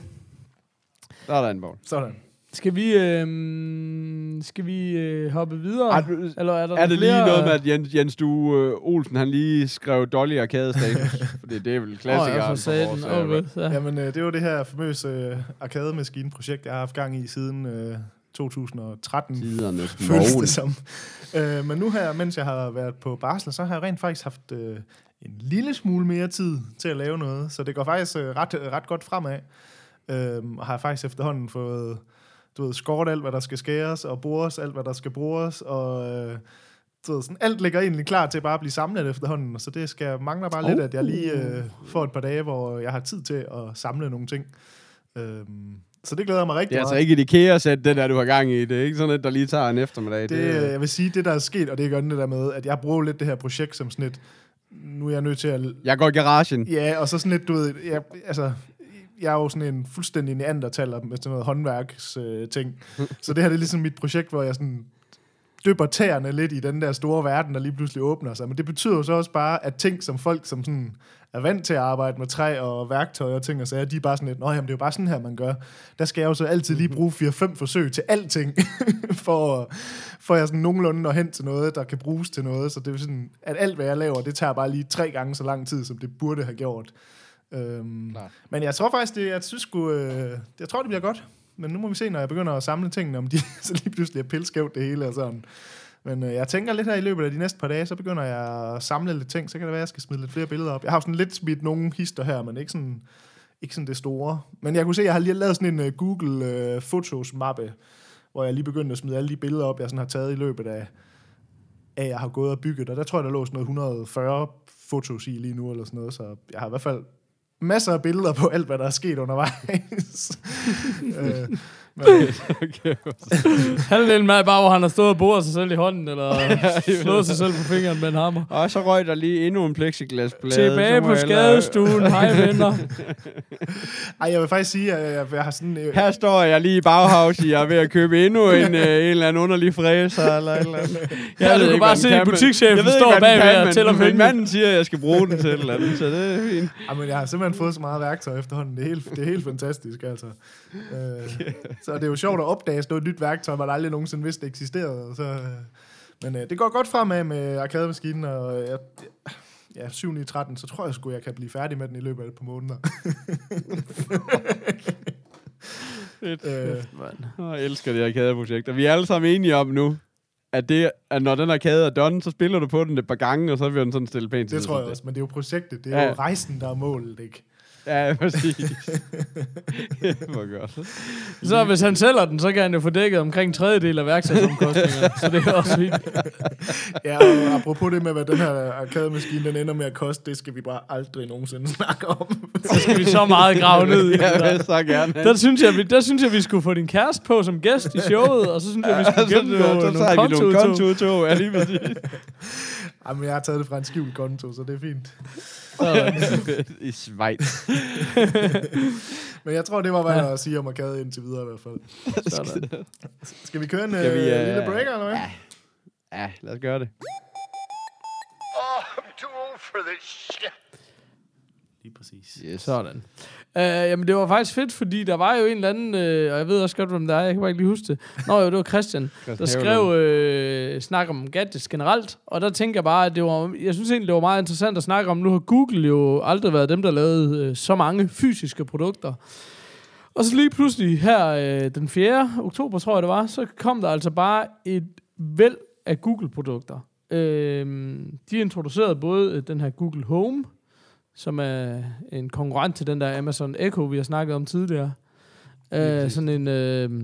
Så er der en bold. Sådan. Skal vi, øh, skal vi øh, hoppe videre? Er, Eller er der er det flere? lige noget med, at Jens, Jens Due øh, Olsen, han lige skrev Dolly Arcade-status? Fordi det er vel klassikeren. Oh, ja, for for vores, oh, ja. Jamen, øh, det var det her famøse øh, arcade-maskine-projekt, jeg har haft gang i siden øh, to tusind og tretten. Tidernes føles det som. Øh, men nu her, mens jeg har været på barsel, så har jeg rent faktisk haft øh, en lille smule mere tid til at lave noget. Så det går faktisk øh, ret, ret godt fremad. Øh, og har faktisk efterhånden fået... du ved, skåret alt, hvad der skal skæres, og bores alt, hvad der skal bores, og øh, du ved, sådan, alt ligger egentlig klar til bare at blive samlet efterhånden, så det skal mangler bare oh. lidt, at jeg lige øh, får et par dage, hvor jeg har tid til at samle nogle ting. Øhm, så det glæder mig rigtig meget. Det er meget. altså ikke et IKEA-sæt, det der, du har gang i. Det er ikke sådan et, der lige tager en eftermiddag. Det, det, jeg vil sige, det der er sket, og det gør det der med, at jeg bruger lidt det her projekt som sådan et, nu er jeg nødt til at... Jeg går i garagen. Ja, og så sådan lidt, du ved, jeg, altså... jeg er jo sådan en fuldstændig neandertaler med sådan noget håndværks øh, ting. Så det her det er ligesom mit projekt, hvor jeg sådan dypper tæerne lidt i den der store verden, der lige pludselig åbner sig. Men det betyder jo så også bare, at ting som folk, som sådan er vant til at arbejde med træ og værktøj og ting og sager, de er bare sådan lidt, nå jamen, det er jo bare sådan her, man gør. Der skal jeg jo så altid lige bruge fire fem forsøg til alting, for, for jeg sådan nogenlunde når hen til noget, der kan bruges til noget. Så det er sådan, at alt hvad jeg laver, det tager bare lige tre gange så lang tid, som det burde have gjort. Øhm, men jeg tror faktisk, det, jeg synes sgu, øh, jeg tror, det bliver godt. Men nu må vi se, når jeg begynder at samle tingene, om de så lige pludselig er pilskævt det hele og sådan. Men øh, jeg tænker lidt her i løbet af de næste par dage, så begynder jeg at samle lidt ting. Så kan det være, at jeg skal smide lidt flere billeder op. Jeg har sådan lidt smidt nogle hister her, men ikke sådan, ikke sådan det store. Men jeg kunne se, at jeg har lige lavet sådan en uh, Google uh, Fotos-mappe, hvor jeg lige begyndte at smide alle de billeder op, jeg sådan har taget i løbet af, at jeg har gået og bygget. Og der tror jeg, der lå sådan noget et hundrede og fyrre fotos i lige nu, eller sådan noget. Så jeg har i hvert fald masser af billeder på alt, hvad der er sket undervejs. øh, Okay. Halvdelen med bare, hvor han har stået og boret sig selv i hånden, eller slået sig selv på fingeren med en hammer. Og så røg der lige endnu en plexiglasplade. Tilbage på skadestuen. Hej, venner. Ej, jeg vil faktisk sige, at jeg, jeg har sådan... Øh... Her står jeg lige i Bauhaus, jeg er ved at købe endnu en, øh, en eller anden underlig fræser, eller et eller andet. Ja, du kan ikke, bare se, at butikschefen står bagved og tæller penge. Men manden siger, at jeg skal bruge den til et eller andet, så det er fint. Ej, men jeg har simpelthen fået så meget værktøj efterhånden. Det er helt, det er helt fantastisk, altså. Øh, så det er jo sjovt at opdage noget nyt værktøj, man aldrig nogensinde vidste eksisterede. Så, øh, men øh, det går godt fremad med arkademaskinen, og jeg, ja, syv ni tretten, så tror jeg sgu, jeg kan blive færdig med den i løbet af et par måneder. øh, jeg elsker det arkadeprojekt, og vi er alle sammen enige om nu, at, det, at når den arcade er done, så spiller du på den et par gange, og så vil den sådan stille pænt til. Det tror jeg også, men det er jo projektet, det er ja. jo rejsen, der er målet, ikke? Ja, præcis. Hvor godt. Så hvis han sælger den, så kan han jo få dækket omkring en tredjedel af værkstedsomkostningerne. Så det er også fint. Ja, og apropos det med, hvad den her arkademaskine, den ender med at koste, det skal vi bare aldrig nogensinde snakke om. Så skal vi så meget grave ned i det. Ja, vil så gerne. Der synes, jeg, vi, der synes jeg, vi skulle få din kæreste på som gæst i showet, og så synes jeg, vi skulle gennemgå ja, nogle kontoudtog. nogle kontoudtog. Ja, lige præcis. Jamen, jeg har taget det fra en skjult konto, så det er fint. I Schweiz. Men jeg tror, det var, hvad jeg at sige om arcade indtil videre i hvert fald. Sådan. Skal vi køre en vi, uh, lille breaker, eller hvad? Ja. ja, lad os gøre det. Oh, I'm too old for this shit. Lige præcis. Yes. Sådan. Uh, jamen, det var faktisk fedt, fordi der var jo en eller anden, uh, og jeg ved også godt, hvem det er, jeg kan bare ikke lige huske det. Nå jo, det var Christian, der skrev uh, snak om gadgets generelt, og der tænker jeg bare, at det var, jeg synes egentlig, det var meget interessant at snakke om. Nu har Google jo aldrig været dem, der lavede uh, så mange fysiske produkter. Og så lige pludselig her uh, den fjerde oktober, tror jeg det var, så kom der altså bare et væld af Google-produkter. Uh, de introducerede både den her Google Home, som er en konkurrent til den der Amazon Echo, vi har snakket om tidligere. Uh, sådan en, uh,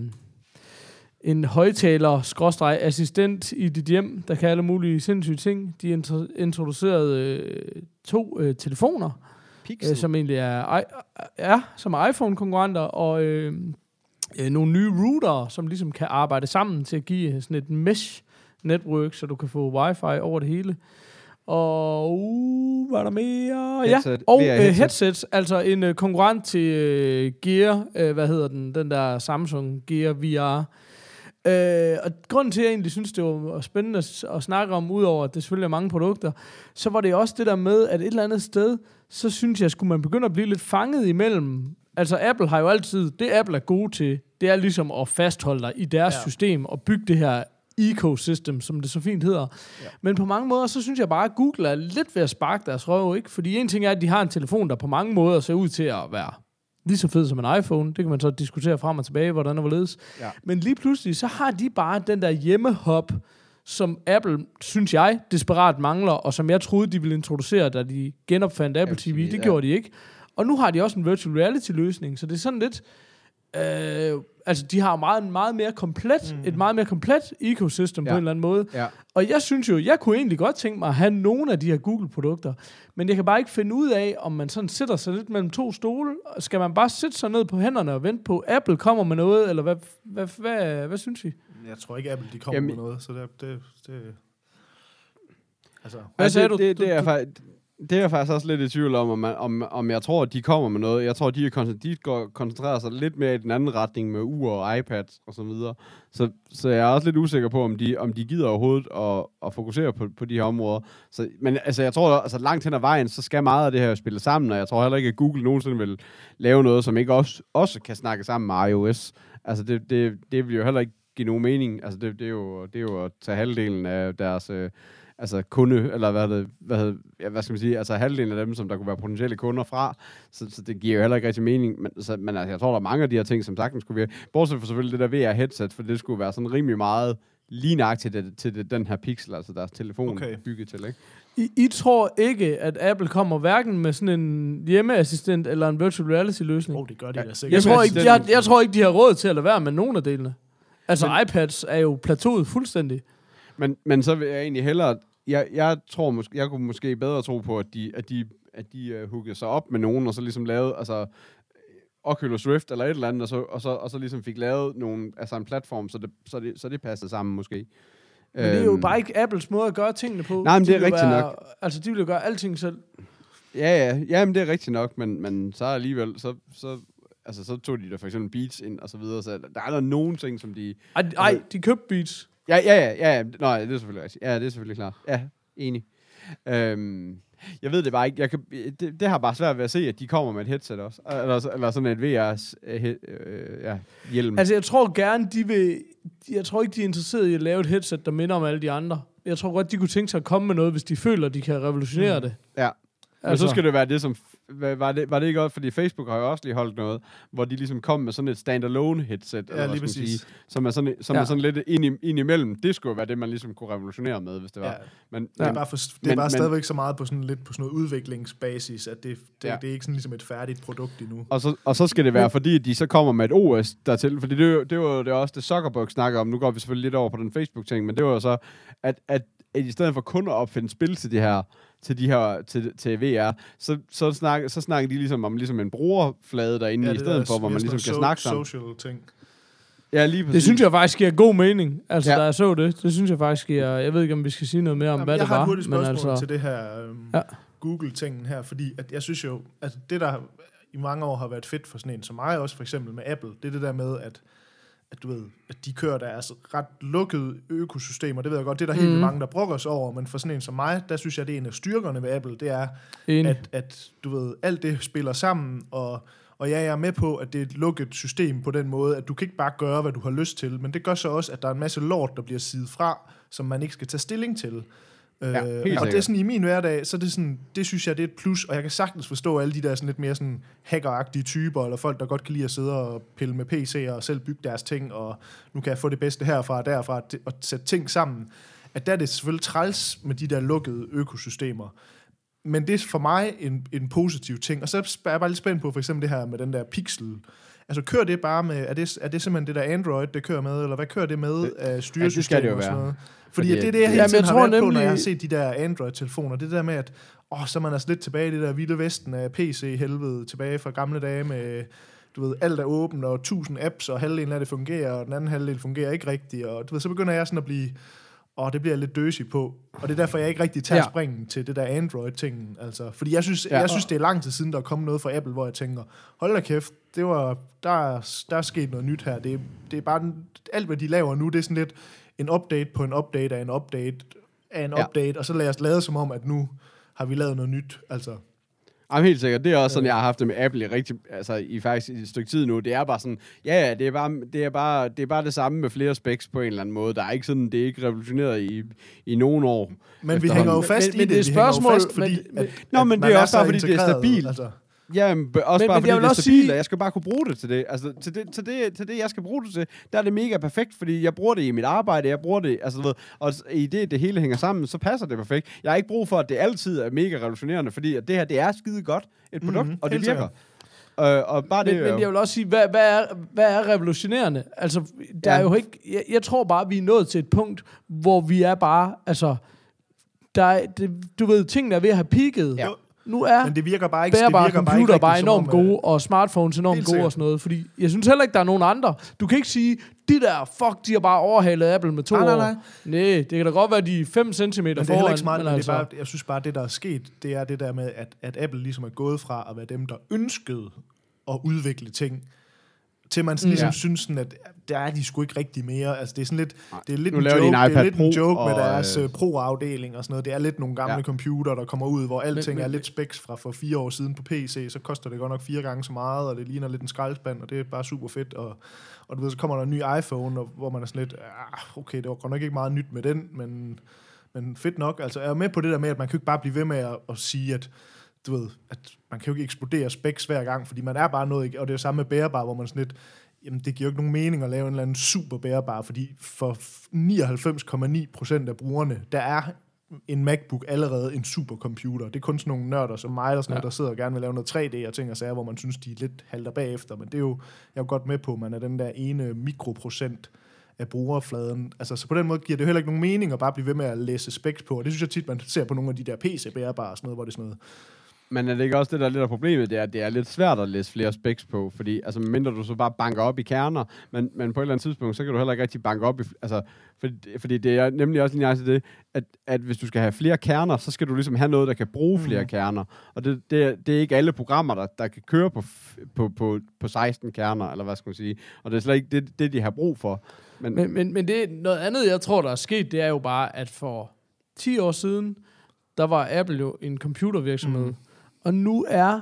en højtaler-assistent i dit hjem, der kan alle mulige sindssyge ting. De intro- introducerede uh, to uh, telefoner, uh, som egentlig er, I- ja, som er iPhone-konkurrenter, og uh, uh, nogle nye router, som ligesom kan arbejde sammen til at give sådan et mesh-network, så du kan få wifi over det hele. Og uh, hvad er der mere? Headset. Ja, og uh, headset. headsets, altså en uh, konkurrent til uh, Gear, uh, hvad hedder den, den der Samsung Gear V R. Uh, og grunden til, at jeg egentlig synes, det var spændende at, at snakke om, udover at det selvfølgelig er mange produkter, så var det også det der med, at et eller andet sted, så synes jeg, skulle man begynde at blive lidt fanget imellem. Altså Apple har jo altid, det Apple er gode til, det er ligesom at fastholde dig i deres ja. system og bygge det her ecosystem, som det så fint hedder. Ja. Men på mange måder, så synes jeg bare, at Google er lidt ved at sparke deres røv, ikke? Fordi en ting er, at de har en telefon, der på mange måder ser ud til at være lige så fed som en iPhone. Det kan man så diskutere frem og tilbage, hvordan og hvorledes. Ja. Men lige pludselig, så har de bare den der hjemmehop, som Apple, synes jeg, desperat mangler, og som jeg troede, de ville introducere, da de genopfandt Apple T V. Det ja. gjorde de ikke. Og nu har de også en virtual reality-løsning, så det er sådan lidt... Øh, altså, de har meget, meget mere komplet, mm. et meget mere komplet ecosystem ja. på en eller anden måde. Ja. Og jeg synes jo, jeg kunne egentlig godt tænke mig at have nogle af de her Google-produkter, men jeg kan bare ikke finde ud af, om man sådan sætter sig lidt mellem to stole. Skal man bare sætte sig ned på hænderne og vente på, at Apple kommer med noget, eller hvad, hvad, hvad, hvad, hvad synes I? Jeg tror ikke, Apple de kommer Jamen, med noget, så det... det, det altså, hvad sagde det, du? Det, det, er faktisk... Det er jeg faktisk også lidt i tvivl om, om, man, om, om jeg tror, at de kommer med noget. Jeg tror, at de, er, de går, koncentrerer sig lidt mere i den anden retning med ur og iPads og så videre. Så, så jeg er også lidt usikker på, om de, om de gider overhovedet at, at fokusere på, på de her områder. Så, men altså, jeg tror, altså langt hen ad vejen, så skal meget af det her spille sammen, og jeg tror heller ikke, at Google nogensinde vil lave noget, som ikke også, også kan snakke sammen med iOS. Altså, det, det, det vil jo heller ikke give nogen mening. Altså, det, det, er, jo, det er jo at tage halvdelen af deres... Øh, altså kunde, eller hvad, det, hvad, ja, hvad skal man sige, altså halvdelen af dem, som der kunne være potentielle kunder fra, så, så det giver jo heller ikke rigtig mening, men, så, men altså, jeg tror, der er mange af de her ting, som sagtens skulle virke, bortset for selvfølgelig det der V R-headset, for det skulle være sådan rimelig meget lignagtigt til, det, til det, den her Pixel, altså deres telefon okay. bygget til, ikke? I, I tror ikke, at Apple kommer hverken med sådan en hjemmeassistent eller en virtual reality-løsning? Åh, oh, det gør de da ja, sikkert. Jeg tror, ikke, jeg, jeg tror ikke, de har råd til at lade være med nogen af delene. Altså, men, iPads er jo plateauet fuldstændig. Men, men så vil jeg egentlig hellere jeg, jeg tror måske, jeg kunne måske bedre tro på, at de, at de, at de uh, hookede sig op med nogen, og så ligesom lavede, altså, Oculus Rift eller et eller andet, og så, og så, og så ligesom fik lavet nogle, altså en platform, så det, så det, så det passede sammen måske. Men det er jo bare ikke Apples måde at gøre tingene på. Nej, men det er de rigtigt være, nok. Altså, de vil jo gøre alting selv. Ja, ja, ja, men det er rigtigt nok, men, men så alligevel, så, så, altså, så tog de der for eksempel Beats ind, og så videre, så der er der nogle ting, som de... Ej, ej de købte Beats. Ja, ja, ja, ja, ja. Nå, det er selvfølgelig rigtigt. Ja, det er selvfølgelig klart. Ja, enig. Øhm, jeg ved det bare ikke. Jeg kan, det, det har bare svært ved at se, at de kommer med et headset også. Eller, eller sådan et V R's øh, øh, ja, hjelm. Altså, jeg tror gerne, de vil... Jeg tror ikke, de er interesseret i at lave et headset, der minder om alle de andre. Jeg tror godt, de kunne tænke sig at komme med noget, hvis de føler, de kan revolutionere mm. det. Ja. Men altså. så skal det være det, som... Var det, var det ikke godt? Fordi Facebook har jo også lige holdt noget, hvor de ligesom kom med sådan et standalone headset, ja, eller hvad lige skal man sige, præcis. som er sådan, som ja. er sådan lidt ind, i, ind imellem. Det skulle være det, man ligesom kunne revolutionere med, hvis det var. Ja. Men, det er bare, for, det er men, bare men, stadigvæk så meget på sådan lidt på sådan noget udviklingsbasis, at det, det, ja. det er ikke sådan ligesom et færdigt produkt endnu. Og så, og så skal det være, fordi de så kommer med et O S dertil, fordi det, det, det var jo det også det Zuckerberg snakker om. Nu går vi selvfølgelig lidt over på den Facebook-ting, men det var jo så, at, at, at i stedet for kun at opfinde spil til de her til de her til, til V R, så så snakker så snakker de ligesom om ligesom en brugerflade derinde ja, i stedet for, hvor man ligesom kan so- snakke sammen. Social ting. Ja, lige præcis. Det synes jeg faktisk giver god mening. Altså, ja. da jeg så det, det synes jeg faktisk giver... Jeg ved ikke, om vi skal sige noget mere om, Jamen, hvad det var. Jeg har et hurtigt spørgsmål men altså, til det her øhm, ja. Google-tingen her, fordi at jeg synes jo, at det, der i mange år har været fedt for sådan en som mig, også for eksempel med Apple, det er det der med, at at du ved, at de kører deres ret lukkede økosystemer. Det ved jeg godt, det er der mm. helt mange, der brokker sig over, men for sådan en som mig, der synes jeg, det er en af styrkerne ved Apple, det er, at, at du ved, alt det spiller sammen, og, og ja, jeg er med på, at det er et lukket system på den måde, at du kan ikke bare gøre, hvad du har lyst til, men det gør så også, at der er en masse lort, der bliver sidet fra, som man ikke skal tage stilling til. Ja, øh, og det er sådan i min hverdag, så det er sådan, det synes jeg, det er et plus, og jeg kan sagtens forstå alle de der sådan lidt mere sådan hackeragtige typer, eller folk, der godt kan lide at sidde og pille med P C'er og selv bygge deres ting, og nu kan jeg få det bedste herfra og derfra, og sætte ting sammen. At der er det selvfølgelig træls med de der lukkede økosystemer. Men det er for mig en, en positiv ting. Og så er jeg bare lidt spændt på, for eksempel det her med den der Pixel. Altså kører det bare med, er det, er det simpelthen det der Android, det kører med, eller hvad kører det med af styresystemer ja, det og sådan noget? Fordi, Fordi det er det, jeg hele jamen, tiden jeg har tror været nemlig... på, når jeg har set de der Android-telefoner. Det der med, at åh, så er man altså lidt tilbage i det der vilde vesten af P C-helvede, tilbage fra gamle dage med, du ved, alt er åbent, og tusind apps, og halvdelen af det fungerer, og den anden halvdel fungerer ikke rigtigt, og du ved, så begynder jeg sådan at blive, åh, det bliver jeg lidt døsig på. Og det er derfor, jeg ikke rigtig tager ja. springen til det der Android-ting. Altså, fordi jeg synes, ja. jeg synes, det er lang tid siden, der er kommet noget fra Apple, hvor jeg tænker, hold da kæft, det var, der, der er sket noget nyt her. Det, det er bare, alt hvad de laver nu, det er sådan lidt en update på en update af en update af en ja. update, og så lader jeg lade som om, at nu har vi lavet noget nyt. Altså. Jamen helt sikkert. Det er også sådan, jeg har haft det med Apple i rigtig, altså i faktisk et stykke tid nu. Det er bare sådan, ja, ja, det er bare det er bare det er bare det samme med flere specs på en eller anden måde. Der er ikke sådan, det er ikke revolutioneret i i nogle år. Men vi hænger jo fast men, i men, det. det er spørgsmål, fast, fordi men, at, Nå, at men det er også bare fordi det er stabilt. Altså. Ja, men også men, bare men fordi det er stabilt, sige... og jeg skal bare kunne bruge det til det. Altså, til det, til, det, til det, jeg skal bruge det til, der er det mega perfekt, fordi jeg bruger det i mit arbejde, jeg bruger det, altså, ved, og i det, det hele hænger sammen, så passer det perfekt. Jeg har ikke brug for, at det altid er mega revolutionerende, fordi at det her, det er skide godt, et produkt, mm-hmm, og det virker. Øh, og bare men, det, men jeg vil også sige, hvad, hvad, er, hvad er revolutionerende? Altså, der ja. er jo ikke... Jeg, jeg tror bare, vi er nået til et punkt, hvor vi er bare... Altså, der er, det, du ved, tingene er ved at have peaked. Ja. Nu er men det virker bare ikke, bærbare det virker computer bare, bare enormt om, gode, og smartphones enormt gode sikkert. og sådan noget. Fordi jeg synes heller ikke, der er nogen andre. Du kan ikke sige, de der, fuck, de har bare overhalet Apple med to nej, nej, år. nej. Nej, det kan da godt være, de er fem centimeter men det er foran. Ikke smart, men altså. det er bare, jeg synes bare, det der er sket, det er det der med, at, at Apple ligesom er gået fra at være dem, der ønskede at udvikle ting, til man sådan ligesom ja. synes sådan, at der er de sgu ikke rigtig mere. Altså det er sådan lidt, det er lidt, en joke, det er lidt en joke med deres øh, pro-afdeling og sådan noget. Det er lidt nogle gamle ja. computer, der kommer ud, hvor alting men, men, er lidt specs fra for fire år siden på P C, så koster det godt nok fire gange så meget, og det ligner lidt en skraldespand, og det er bare super fedt. Og, og du ved, så kommer der en ny iPhone, og, hvor man er sådan lidt, ah, okay, det var godt nok ikke meget nyt med den, men, men fedt nok. Altså jeg er med på det der med, at man kan ikke bare blive ved med at, at sige, at du ved, at man kan jo ikke eksplodere specs hver gang, fordi man er bare noget, og det er jo samme med bærbar, hvor man sådan lidt, jamen det giver jo ikke nogen mening at lave en eller anden super bærbar, fordi for nioghalvfems komma ni procent af brugerne, der er en MacBook allerede en supercomputer. Det er kun sådan nogle nørder som mig, der, sådan ja. noget, der sidder og gerne vil lave noget tre D og ting og sager, hvor man synes, de er lidt halter bagefter, men det er jo, jeg er jo godt med på, at man er den der ene mikroprocent af brugerfladen. Altså, så på den måde giver det heller ikke nogen mening at bare blive ved med at læse specs på. Og det synes jeg tit, man ser på nogle af de der P C-bærbare og sådan noget, hvor det er sådan noget. Men er det ikke også det, der er lidt af problemet? Det er, at det er lidt svært at læse flere specs på, fordi altså, mindre du så bare banker op i kerner, men, men på et eller andet tidspunkt, så kan du heller ikke rigtig banke op i... Altså, fordi, fordi det er nemlig også lige til det, at, at hvis du skal have flere kerner, så skal du ligesom have noget, der kan bruge flere mm. kerner. Og det, det, det er ikke alle programmer, der, der kan køre på, på, på, på seksten kerner, eller hvad skal man sige. Og det er slet ikke det, det de har brug for. Men, men, men, men det er noget andet, jeg tror, der er sket, det er jo bare, at for ti år siden, der var Apple jo en computervirksomhed, mm. og nu er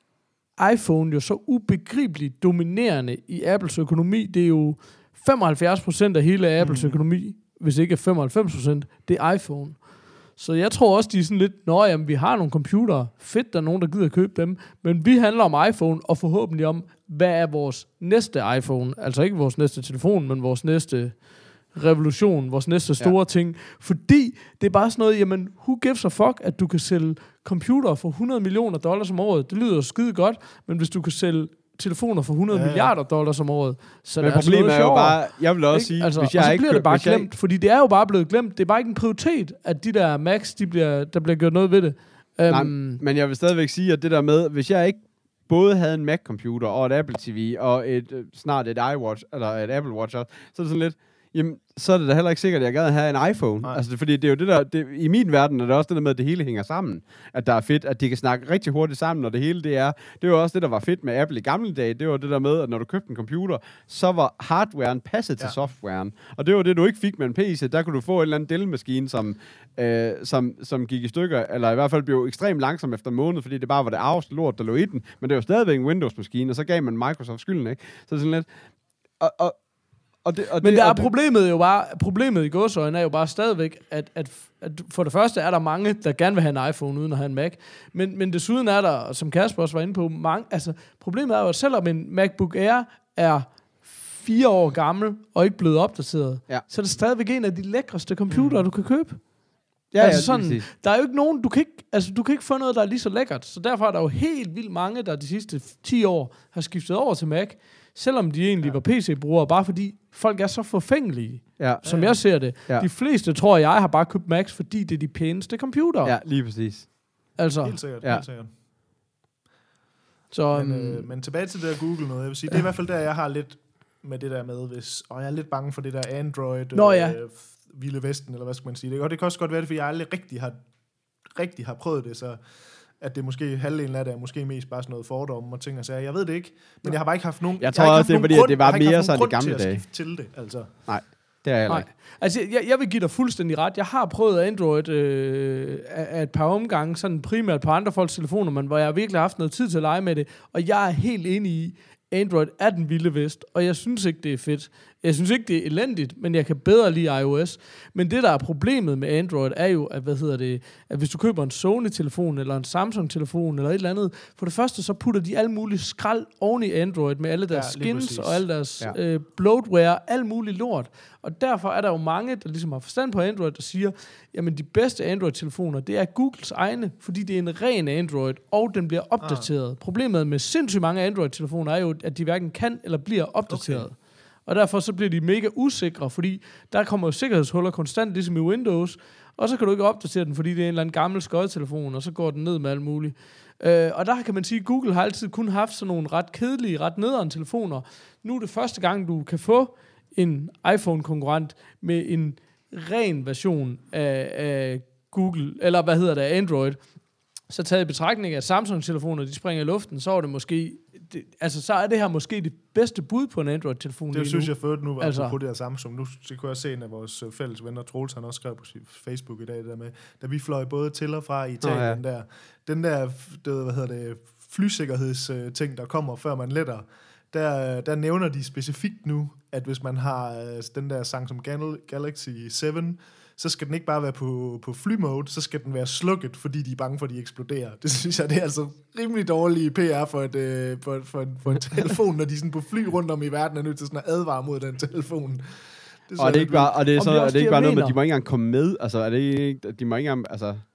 iPhone jo så ubegribeligt dominerende i Apples økonomi. Det er jo femoghalvfjerds procent af hele Apples mm. økonomi, hvis ikke femoghalvfems procent, det er iPhone. Så jeg tror også, de er sådan lidt, nå jamen, vi har nogle computere, fedt, der er nogen, der gider købe dem, men vi handler om iPhone, og forhåbentlig om, hvad er vores næste iPhone? Altså ikke vores næste telefon, men vores næste revolution, vores næste store ja. ting. Fordi det er bare sådan noget, jamen, who gives a fuck, at du kan sælge computere for hundrede millioner dollars om året. Det lyder jo skide godt, men hvis du kan sælge telefoner for hundrede ja, ja. milliarder dollars om året, så men det er problemet er jo sjovere. bare, jeg vil også ikke? sige, altså, hvis jeg og så ikke bliver det bare glemt, ikke... fordi det er jo bare blevet glemt. Det er bare ikke en prioritet, at de der Macs, de bliver, der bliver gjort noget ved det. Nej, Um, men jeg vil stadigvæk sige, at det der med, hvis jeg ikke både havde en Mac-computer og et Apple T V og et, øh, snart et iWatch, eller et Apple Watch, så er det sådan lidt, jamen, så er det da heller ikke sikkert, at jeg gad have en iPhone. Nej. Altså, fordi det er jo det der, det, i min verden er det også det der med, at det hele hænger sammen. At der er fedt, at de kan snakke rigtig hurtigt sammen, og det hele det er, det var også det, der var fedt med Apple i gamle dage. Det var det der med, at når du købte en computer, så var hardwaren passet ja. til softwaren. Og det var det, du ikke fik med en P C. Der kunne du få en eller anden Dell-maskine, som, øh, som, som gik i stykker, eller i hvert fald blev ekstremt langsom efter en måned, fordi det bare var det arveste lort, der lå i den. Men det var stadigvæk en Windows-maskine, og så gav man Microsoft skylden, ikke? Så sådan lidt... Og, og, Og det, og men det, der er og problemet jo bare, problemet i gåseøjne er jo bare stadigvæk, at, at, at for det første er der mange, der gerne vil have en iPhone uden at have en Mac, men, men desuden er der, som Kasper også var inde på, mange, altså problemet er jo, at selvom en MacBook Air er fire år gammel og ikke blevet opdateret, ja. så er det stadigvæk en af de lækreste computere, mm. du kan købe. Ja, altså ja, sådan, der er jo ikke nogen, du kan ikke, altså du kan ikke få noget, der er lige så lækkert, så derfor er der jo helt vildt mange, der de sidste ti år har skiftet over til Mac, selvom de egentlig ja. var P C-brugere, bare fordi folk er så forfængelige, ja. som ja, ja. jeg ser det. Ja. De fleste, tror jeg, har bare købt Macs, fordi det er de pæneste computere. Ja, lige præcis. Altså. Helt sikkert, ja. helt sikkert. Så, men, um, øh, men tilbage til det der Google noget, jeg vil sige, det er i hvert fald der, jeg har lidt med det der med, hvis, og jeg er lidt bange for det der Android, Nå, ja. øh, Vilde Vesten, eller hvad skal man sige. Det, og det kan også godt være det, fordi jeg aldrig rigtig har, rigtig har prøvet det, så at det måske halvdelen af det er måske mest bare sådan noget fordomme og ting og sager. Jeg ved det ikke, men jeg har bare ikke haft nogen... Jeg tror også, det er fordi, grund, det var mere sådan i gamle dage. dage. Til det, altså. Nej, det er jeg heller ikke. Altså, jeg, jeg vil give dig fuldstændig ret. Jeg har prøvet Android øh, af et par omgange, sådan primært på andre folks telefoner, men hvor jeg virkelig har haft noget tid til at lege med det, og jeg er helt enig i, Android er den vilde vest, og jeg synes ikke, det er fedt. Jeg synes ikke, det er elendigt, men jeg kan bedre lide iOS. Men det, der er problemet med Android, er jo, at, hvad hedder det, at hvis du køber en Sony-telefon, eller en Samsung-telefon, eller et eller andet, for det første, så putter de alle mulige skrald oven i Android, med alle deres ja, skins, og alle deres ja. øh, bloatware, alt muligt lort. Og derfor er der jo mange, der ligesom har forstand på Android, der siger, jamen de bedste Android-telefoner, det er Googles egne, fordi det er en ren Android, og den bliver opdateret. Ah. Problemet med sindssygt mange Android-telefoner er jo, at de hverken kan eller bliver opdateret. Okay. Og derfor så bliver de mega usikre, fordi der kommer jo sikkerhedshuller konstant, ligesom i Windows, og så kan du ikke opdatere den, fordi det er en eller anden gammel skodtelefon, og så går den ned med alt muligt. Øh, og der kan man sige, at Google har altid kun haft sådan nogle ret kedelige, ret nederen telefoner. Nu er det første gang, du kan få en iPhone-konkurrent med en ren version af, af Google, eller hvad hedder det, Android. Så taget i betragtning af Samsung-telefoner, de springer i luften, så er det måske, det, altså så er det her måske det bedste bud på en Android-telefon. Det synes nu. jeg ført nu, altså. på det her Samsung. Nu så kunne jeg se en af vores fælles venner, Troels, han også skrev på Facebook i dag, det der med, da vi fløj både til og fra Italien, oh, ja. den der, den der det, hvad hedder det, flysikkerhedsting, der kommer, før man letter, der, der nævner de specifikt nu, at hvis man har den der Samsung Galaxy syv, så skal den ikke bare være på, på flymode, så skal den være slukket, fordi de er bange for, at de eksploderer. Det synes jeg, det er altså rimelig dårlig P R for, et, øh, for, for, for en telefon, når de sådan på fly rundt om i verden er nødt til sådan at advare mod den telefon. Det og det er ikke bare, og det er, så, det er ikke bare noget med, at de må ikke engang komme med. Altså, er det ikke, de må ikke engang, altså,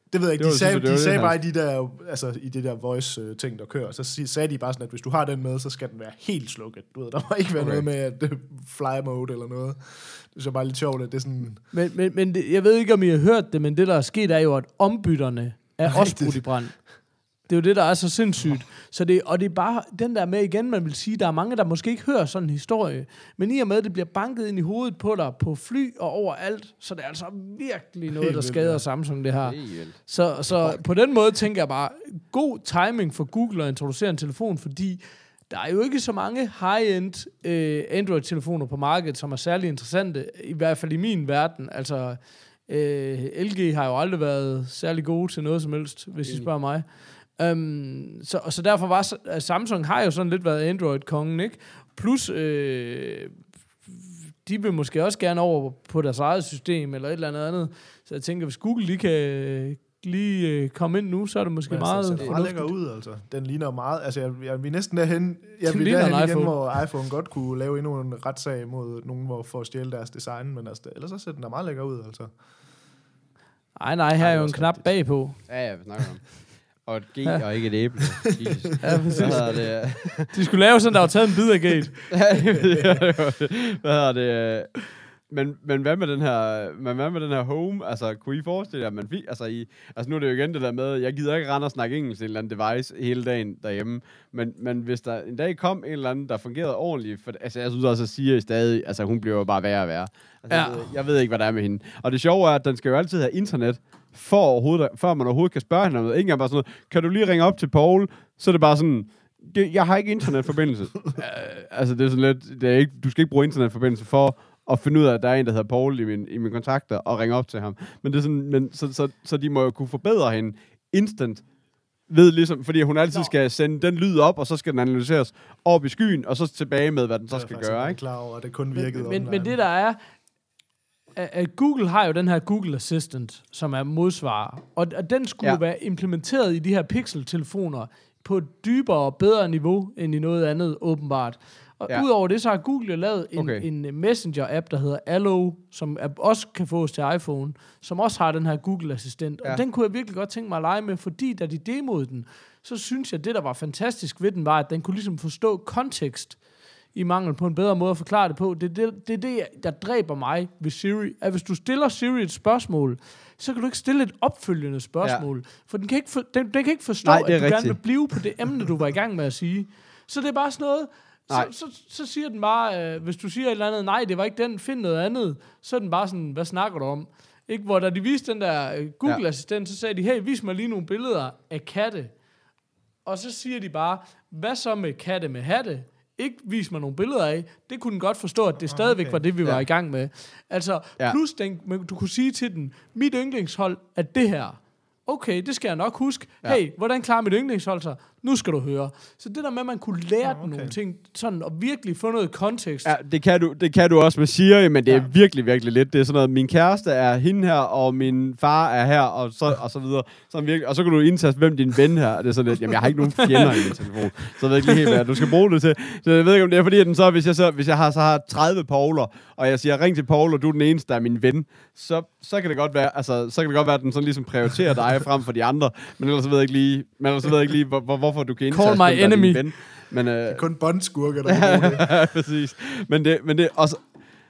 Det ved jeg ikke. Det De var sagde, super de dirty, sagde bare i Hans. de der, altså i det der voice-ting, der kører, så sig- sagde de bare sådan, at hvis du har den med, så skal den være helt slukket. Du ved, der må ikke være Okay. noget med at det fly mode eller noget. Det er så bare lidt sjovt, at det er sådan... Men, men, men det, jeg ved ikke, om I har hørt det, men det, der er sket, er jo, at ombytterne er også brudt i brand. Det er jo det, der er så sindssygt. Så det, og det er bare den der med igen, man vil sige, der er mange, der måske ikke hører sådan en historie, men i og med, at det bliver banket ind i hovedet på dig, på fly og overalt, så det er altså virkelig noget, Helt der vildt, skader ja. Samsung, det her. Helt vildt. Så, så på den måde tænker jeg bare, god timing for Google at introducere en telefon, fordi der er jo ikke så mange high-end øh, Android-telefoner på markedet, som er særlig interessante, i hvert fald i min verden. Altså, øh, L G har jo aldrig været særlig gode til noget som helst, hvis I spørger mig. Um, så, så derfor var uh, Samsung har jo sådan lidt været Android-kongen, ikke? Plus, øh, de vil måske også gerne over på deres eget system, eller et eller andet andet. Så jeg tænker, hvis Google lige kan lige øh, komme ind nu, så er det måske Men meget altså, det ser meget lækker fornuftigt. ud, altså. Den ligner meget... Altså, jeg, jeg, vi er næsten derhen, jeg, Den vi er ligner en derhen igen, iPhone. hvor iPhone godt kunne lave endnu en retssag mod nogen, hvor for at stjæle deres design, men altså, ellers så ser den da meget lækker ud, altså. Ej, nej, her Ej, er det jo er en også knap rigtigt. bagpå. Ja, ja, vi snakker om. Og et G, ja. Og ikke et æble. Jesus. Ja, præcis. Hvad hedder det? De skulle lave sådan, der var taget en bid af gate. Hvad hedder det? Men, men hvad med den her, men hvad med den her home? Altså, kunne I forestille jer, at man fik, altså, I, altså nu er det jo igen det der med, jeg gider ikke rende og snakke engelsk i en eller anden device hele dagen derhjemme, men, men hvis der en dag kom en eller anden, der fungerede ordentligt, for, altså jeg synes også, at Siri stadig, altså hun bliver jo bare værre og værre. Altså, Ja. jeg, ved, jeg ved ikke, hvad der er med hende. Og det sjove er, at den skal jo altid have internet, for overhovedet, før man overhovedet kan spørge hende om noget. Ikke engang bare sådan noget, kan du lige ringe op til Paul? Så er det bare sådan, det, jeg har ikke internetforbindelse. uh, altså det er sådan lidt, det er ikke, du skal ikke bruge internetforbindelse for og finde ud af, at der er en, der hedder Paul i min, i mine kontakter, og ringe op til ham. Men det er sådan, men, så, så, så de må jo kunne forbedre hende instant, ved ligesom, fordi hun altid Nå. skal sende den lyd op, og så skal den analyseres op i skyen, og så tilbage med, hvad den så Jeg er skal faktisk gøre, ikke ikke? klar over, at det kun virkede Men, men, online. men det der er, at at Google har jo den her Google Assistant, som er modsvarer, og, og den skulle Ja. ja. være implementeret i de her Pixel-telefoner på et dybere og bedre niveau, end i noget andet, åbenbart. Og Ja. ja. udover det, så har Google jo lavet en, Okay. okay. en messenger-app, der hedder Allo, som er, også kan fås til iPhone, som også har den her Google-assistent. Ja. Og den kunne jeg virkelig godt tænke mig at lege med, fordi da de demoede den, så synes jeg, at det, der var fantastisk ved den, var, at den kunne ligesom forstå kontekst i mangel på en bedre måde at forklare det på. Det er det, det, er det, der dræber mig ved Siri. At hvis du stiller Siri et spørgsmål, så kan du ikke stille et opfølgende spørgsmål. Ja. For den kan ikke, for, den, den kan ikke forstå, Nej, at det du er gerne rigtigt. vil blive på det emne, du var i gang med at sige. Så det er bare sådan noget... Så, Nej. så, så siger den bare, øh, hvis du siger et eller andet, nej, det var ikke den, find noget andet, så er den bare sådan, hvad snakker du om? Ikke? Hvor da de viste den der øh, Google-assistent, så sagde de, hey, vis mig lige nogle billeder af katte. Og så siger de bare, hvad så med katte med hatte? Ikke vis mig nogle billeder af. Det kunne den godt forstå, at det stadigvæk okay. var det, vi Ja. var i gang med. Altså, Ja. plus den, men du kunne sige til den, mit yndlingshold er det her. Okay, det skal jeg nok huske. Ja. Hey, hvordan klarer mit yndlingshold sig? Nu skal du høre. Så det der med, at man kunne lære Nå, den okay. nogle ting, sådan, og virkelig få noget kontekst. Ja, det kan du, det kan du også med Siri, men det er Ja. virkelig, virkelig lidt. Det er sådan noget, min kæreste er hende her, og min far er her, og så, og så videre. Så virkelig, og så kan du indtaste, hvem din ven her er. Det er sådan lidt, jamen jeg har ikke nogen fjender i min telefon. Så jeg ved ikke lige helt, hvad du skal bruge det til. Så jeg ved ikke, om det er fordi, at den så, hvis jeg, så, hvis jeg har, så har tredive Pauler, og jeg siger, ring til Paul, og du er den eneste, der er min ven, så, så kan det godt være, altså, så kan det godt være, at den sådan ligesom prioriterer dig frem for de andre. Men ellers så ved jeg ikke lige, men ellers så ved jeg ikke lige hvor, hvor, hvorfor du kan indtaste, Call my hvem der er din enemy. ven. Men, øh, Det er kun bondskurker, der kan bruge det. ja, præcis. Men det, men det, og så,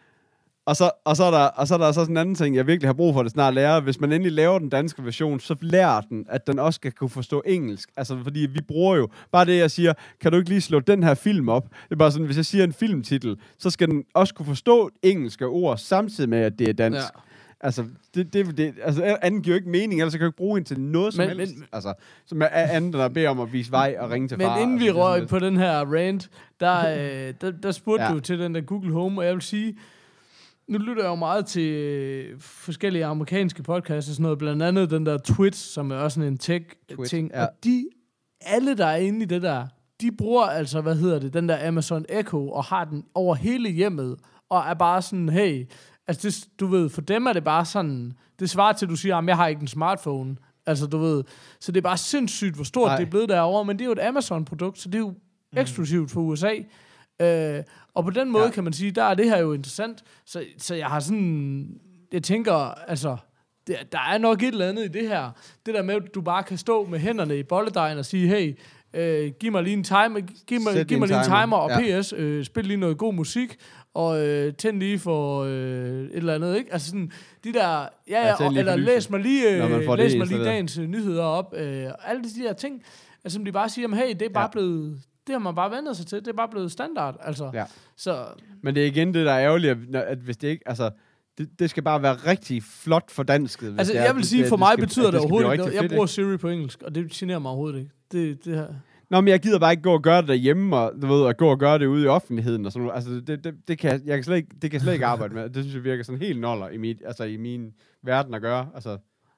og så, og så er der, og så er der så sådan en anden ting, jeg virkelig har brug for, at det snart lærer. Hvis man endelig laver den danske version, så lærer den, at den også skal kunne forstå engelsk. Altså, fordi vi bruger jo, bare det jeg siger, kan du ikke lige slå den her film op? Det er bare sådan, hvis jeg siger en filmtitel, så skal den også kunne forstå engelske ord, samtidig med, at det er dansk. Ja. Ja. Altså, det, det, det, altså, anden giver jo ikke mening, ellers kan du ikke bruge hende til noget som Men- helst. men- Altså, som er anden, der beder om at vise vej og ringe til Men far. inden vi altså, det er sådan røg lidt- på den her rant, der, øh, der, der spurgte Ja. du til den der Google Home, og jeg vil sige, nu lytter jeg jo meget til øh, forskellige amerikanske podcasts og sådan noget, blandt andet den der Twitch, som er også sådan en tech-ting, ja. og de, alle der er inde i det der, de bruger altså, hvad hedder det, den der Amazon Echo, og har den over hele hjemmet, og er bare sådan, hey, altså det, du ved, for dem er det bare sådan, det svarer til, at du siger, at jeg har ikke en smartphone, altså du ved, så det er bare sindssygt, hvor stort Nej. det er blevet derovre, men det er jo et Amazon-produkt, så det er jo eksklusivt for U S A. Øh, og på den måde Ja. kan man sige, der er det her jo interessant. Så, så jeg har sådan, jeg tænker, altså, det, der er nok et eller andet i det her. Det der med, at du bare kan stå med hænderne i bolledejen og sige, hey, øh, giv mig lige en timer, giv mig, giv mig lige en timer, timer og ja. P S, øh, spil lige noget god musik, og øh, tænd lige for øh, et eller andet, ikke? Altså sådan, de der, ja, ja, og, eller læs mig lige, øh, læs mig lige dagens øh, nyheder op, øh, alle de der ting, altså som de bare siger, hey, det er bare ja. blevet, det har man bare vendt sig til, det er bare blevet standard, altså. Ja. Så. Men det er igen det, der er ærgerligt, at, at hvis det ikke, altså, det, det skal bare være rigtig flot for dansket. Altså, det er, jeg vil sige, det, for det mig skal, betyder det, det overhovedet ikke noget. Jeg bruger fedt, Siri på engelsk, og det generer mig overhovedet ikke. Det, det her. Nå, men jeg gider bare ikke gå og gøre det derhjemme, og du ved, at gå og gøre det ude i offentligheden og sådan noget. Altså, det, det, det, kan, jeg kan slet ikke, det kan jeg slet ikke arbejde med. Det synes jeg virker sådan helt noller i, mit, altså, i min verden at gøre. Altså,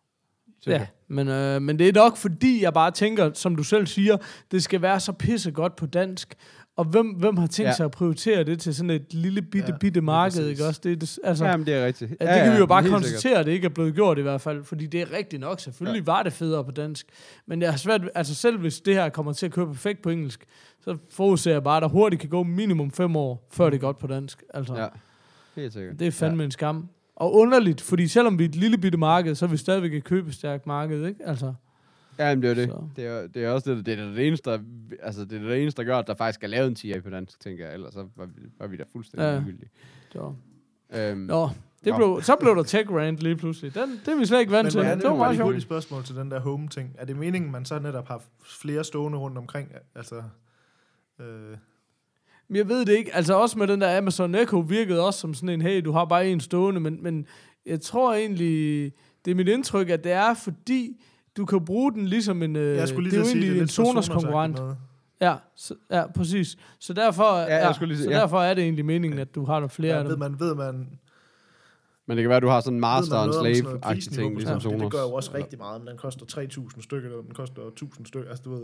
ja, men, øh, men det er nok fordi, jeg bare tænker, som du selv siger, det skal være så pissegodt på dansk. Og hvem, hvem har tænkt ja. sig at prioritere det til sådan et lille bitte, ja, bitte marked, ikke også? Det, det, altså, Jamen, det er rigtigt. Ja, det kan ja, vi jo bare konstatere, sikkert. At det ikke er blevet gjort i hvert fald, fordi det er rigtigt nok. Selvfølgelig ja. var det federe på dansk. Men jeg har svært, altså selv hvis det her kommer til at køre perfekt på engelsk, så forudser jeg bare, at der hurtigt kan gå minimum fem år, før det er godt på dansk. Altså, ja, helt sikkert. Det er fandme ja. en skam. Og underligt, fordi selvom vi er et lille bitte marked, så er vi stadigvæk et købestærkt marked, ikke? Altså... Ja, men det er det. Det er, det er også det, det, er det eneste, der, altså det er det eneste, der gør, at der faktisk er lavet en T I A på dansk, tænker jeg. Ellers så var vi, var vi der fuldstændig ja. ligegyldige. Øhm, Nå, det blev, så blev der tech rant lige pludselig. Den, det er vi slet ikke vant til. Men det var meget sjovt. Et spørgsmål til den der home-ting. Er det meningen, man så netop har flere stående rundt omkring? Altså... Øh Men jeg ved det ikke. Altså også med den der Amazon Echo virkede også som sådan en, hey, du har bare en stående, men, men jeg tror egentlig, det er mit indtryk, at det er fordi, du kan bruge den ligesom en, øh, det er jo egentlig en Sonos konkurrent. Ja, så, ja, præcis. Så derfor, ja, ja, lige, så ja. derfor er det egentlig meningen, at du har der flere ja, af dem. Ved man, ved man... Men det kan være, at du har sådan en master og en slave-agtig ting, ligesom Sonos. Det, det gør jo også rigtig meget, men den koster tre tusind stykker, eller den koster tusind stykker, altså du ved...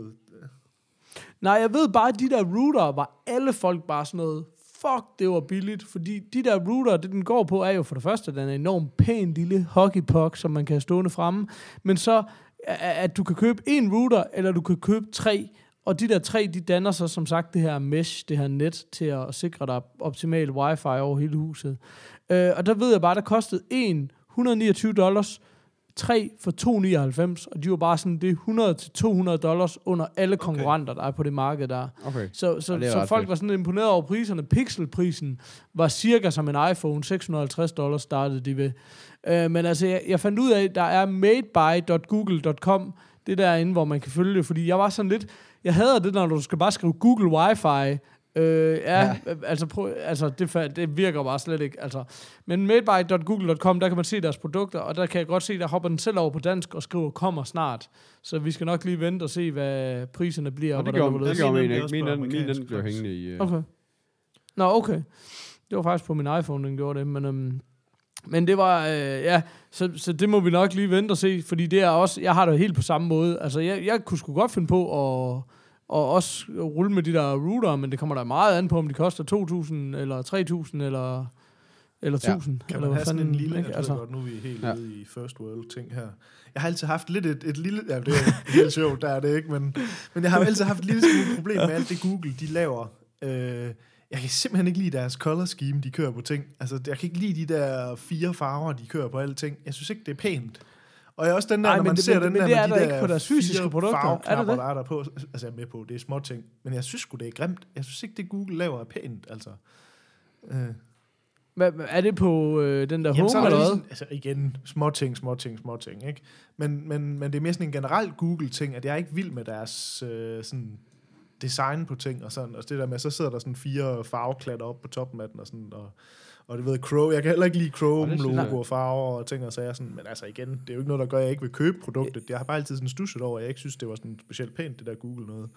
Nej, jeg ved bare, at de der router var alle folk bare sådan noget, fuck, det var billigt, fordi de der router, det den går på, er jo for det første, den er enormt pæn lille hockeypuck, som man kan have stående fremme, men så, at du kan købe en router, eller du kan købe tre, og de der tre, de danner så som sagt det her mesh, det her net, til at sikre dig optimal wifi over hele huset. Øh, og der ved jeg bare, der kostede en et hundrede og niogtyve dollars, tre for to hundrede og nioghalvfems, og de var bare sådan, det hundrede til to hundrede dollars under alle konkurrenter, okay. der er på det marked der. Okay. Så, så, så folk fedt. var sådan imponeret over priserne. Pixelprisen var cirka som en iPhone, seks hundrede og halvtreds dollars startede de ved. Uh, men altså, jeg, jeg fandt ud af, der er madeby punktum google punktum com, det derinde, hvor man kan følge det, fordi jeg var sådan lidt, jeg hader det, når du skal bare skrive Google Wi-Fi. Øh, ja, ja. altså, prøv, altså det, det virker bare slet ikke. Altså. Men madeby punktum google punktum com, der kan man se deres produkter, og der kan jeg godt se, der hopper den selv over på dansk og skriver, kommer snart. Så vi skal nok lige vente og se, hvad priserne bliver. Og det gjorde det gjorde min ikke. Min den, min den blev hængende i... Uh... Okay. Nå, okay. Det var faktisk på min iPhone, den gjorde det, men... Um, men det var, øh, ja, så, så det må vi nok lige vente og se, fordi det er også, jeg har det helt på samme måde. Altså, jeg, jeg kunne sgu godt finde på at... og også rulle med de der router, men det kommer der meget an på, om de koster to tusind, eller tre tusind, eller, eller tusind. Ja, kan man have sådan en lille, jeg altså. godt, nu er vi helt ja. ude i first world ting her. Jeg har altid haft lidt et, et lille, ja, det er helt sjovt, der er det ikke, men, men jeg har altid haft et lille smule problem med alt det Google, de laver. Øh, jeg kan simpelthen ikke lide deres color scheme, de kører på ting. Altså, jeg kan ikke lide de der fire farver, de kører på alle ting. Jeg synes ikke, det er pænt. Og jeg også den der, Ej, når man det, ser men, den men der med de der ikke på deres fysiske produkter. Er det det? Der er der på. Altså, jeg er med på, det er små ting. Men jeg synes sgu, det er grimt. Jeg synes ikke, det Google laver er pænt, altså. Øh. Hvad, er det på øh, den der Jamen, home, eller hvad? Altså, igen, små ting, små ting, små ting, ikke? Men, men, men det er mere sådan en generel Google-ting, at jeg er ikke vild med deres øh, sådan design på ting, og sådan. Og det der med, så sidder der sådan fire farveklatter op på toppen af den, og sådan, og Og det ved Chrome, jeg kan heller ikke lide Chrome-logo og farver og ting og sager sådan, men altså igen, det er jo ikke noget, der gør, at jeg ikke vil købe produktet. Jeg har bare altid sådan stusset over, at jeg ikke synes, det var sådan specielt pænt, det der Google noget.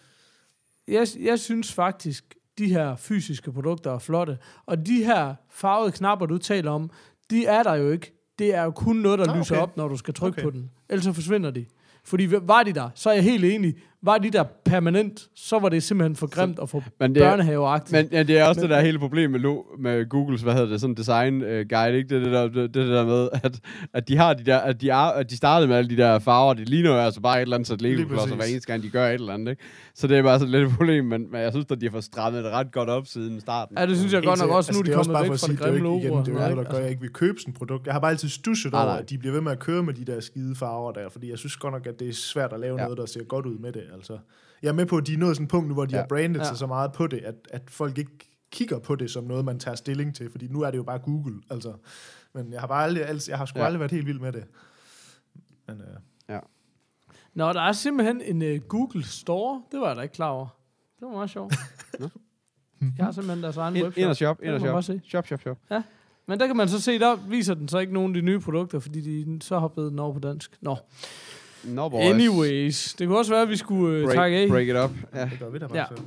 Jeg, jeg synes faktisk, de her fysiske produkter er flotte, og de her farvede knapper, du taler om, de er der jo ikke. Det er jo kun noget, der ah, lyser okay. op, når du skal trykke okay. på den. Ellers så forsvinder de. Fordi var de der, så er jeg helt enig. var de der permanent, så var det simpelthen for grimt og for men det er, børnehaveagtigt. Men ja, det er også men, det der hele problem med, lo, med Googles, hvad hedder det, sådan design uh, guide, ikke? Det, det, der, det, det der med, at, at de har de der, at de, er, at de startede med alle de der farver, det ligner jo altså bare et eller andet satellit-klodser, hver eneste gang de gør et eller andet, ikke? Så det er bare sådan lidt et problem, men, men jeg synes, at de har fået strammet det ret godt op siden starten. Ja, det synes jeg godt nok også, nu altså, de er kommet væk fra det grimme logo. Det er jo noget, der gør, jeg ikke vil købe sådan et produkt. Jeg har bare altid stusset over, at de bliver ved med at køre med de der skide farver der, fordi jeg synes godt nok, at det er svært at lave ja. noget, der ser godt ud med det, altså. Jeg er med på, at de er nået sådan et punkt nu, hvor de ja. har brandet ja. sig så meget på det, at, at folk ikke kigger på det som noget, man tager stilling til, fordi nu er det jo bare Google, altså. Men jeg har bare aldrig, altså, jeg har sgu ja. aldrig været helt vild med det. Men, øh. ja. Nå, der er simpelthen en uh, Google Store, det var jeg da ikke klar over. Det var meget sjovt. Jeg har simpelthen deres egen webshop. Ind og shop, ind og shop. Shop, shop, shop. Ja, men der kan man så se, der viser den så ikke nogen af de nye produkter, fordi de så har blevet den over på dansk. Nå. No boys. Anyways, det kunne også være, at vi skulle uh, break, takke af. Break it up. Ja. Det gør vi da bare ja. så.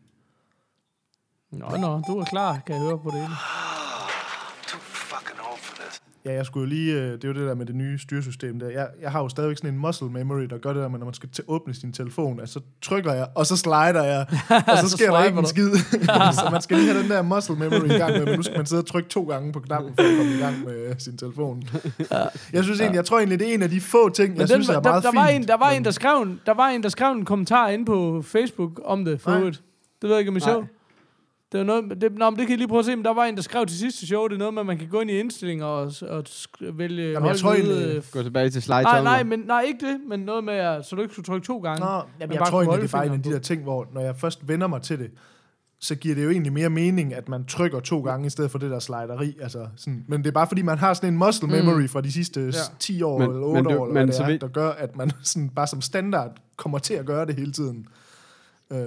Nå, nå, du er klar, kan jeg høre på det ene. Ja, jeg skulle jo lige, øh, det er jo det der med det nye styresystem der. Jeg, jeg har jo stadigvæk sådan en muscle memory, der gør det der med, når man skal t- åbne sin telefon, altså så trykker jeg, og så slider jeg, og så sker der ikke en skid. Så man skal lige have den der muscle memory i gang med, men nu skal man sidde og trykke to gange på knappen, for at komme i gang med sin telefon. Jeg synes egentlig, jeg tror egentlig, det er en af de få ting, men jeg den, synes er der, meget der fint. Var en, der, var men... en, der, skrev en, der var en, der skrev en kommentar inde på Facebook om det, for øvrigt. Det ved jeg ikke, om I så. Det var noget, det, nå, men det kan I lige prøve at se, men der var en, der skrev til sidste show, det er noget med, at man kan gå ind i indstillinger og, og sk- vælge... Jamen, jeg tror egentlig... Gå tilbage til slide nej, nej, men, nej, ikke det, men noget med, så du ikke skulle trykke to gange. Nå, jamen, jeg tror egentlig, det er bare en af de der ting, hvor når jeg først vender mig til det, så giver det jo egentlig mere mening, at man trykker to gange, i stedet for det der slideri. Altså, sådan. Men det er bare fordi, man har sådan en muscle memory mm. fra de sidste ja. ti år men, eller otte men, år, eller men, hvad det er, vi... der gør, at man sådan, bare som standard kommer til at gøre det hele tiden. Øh...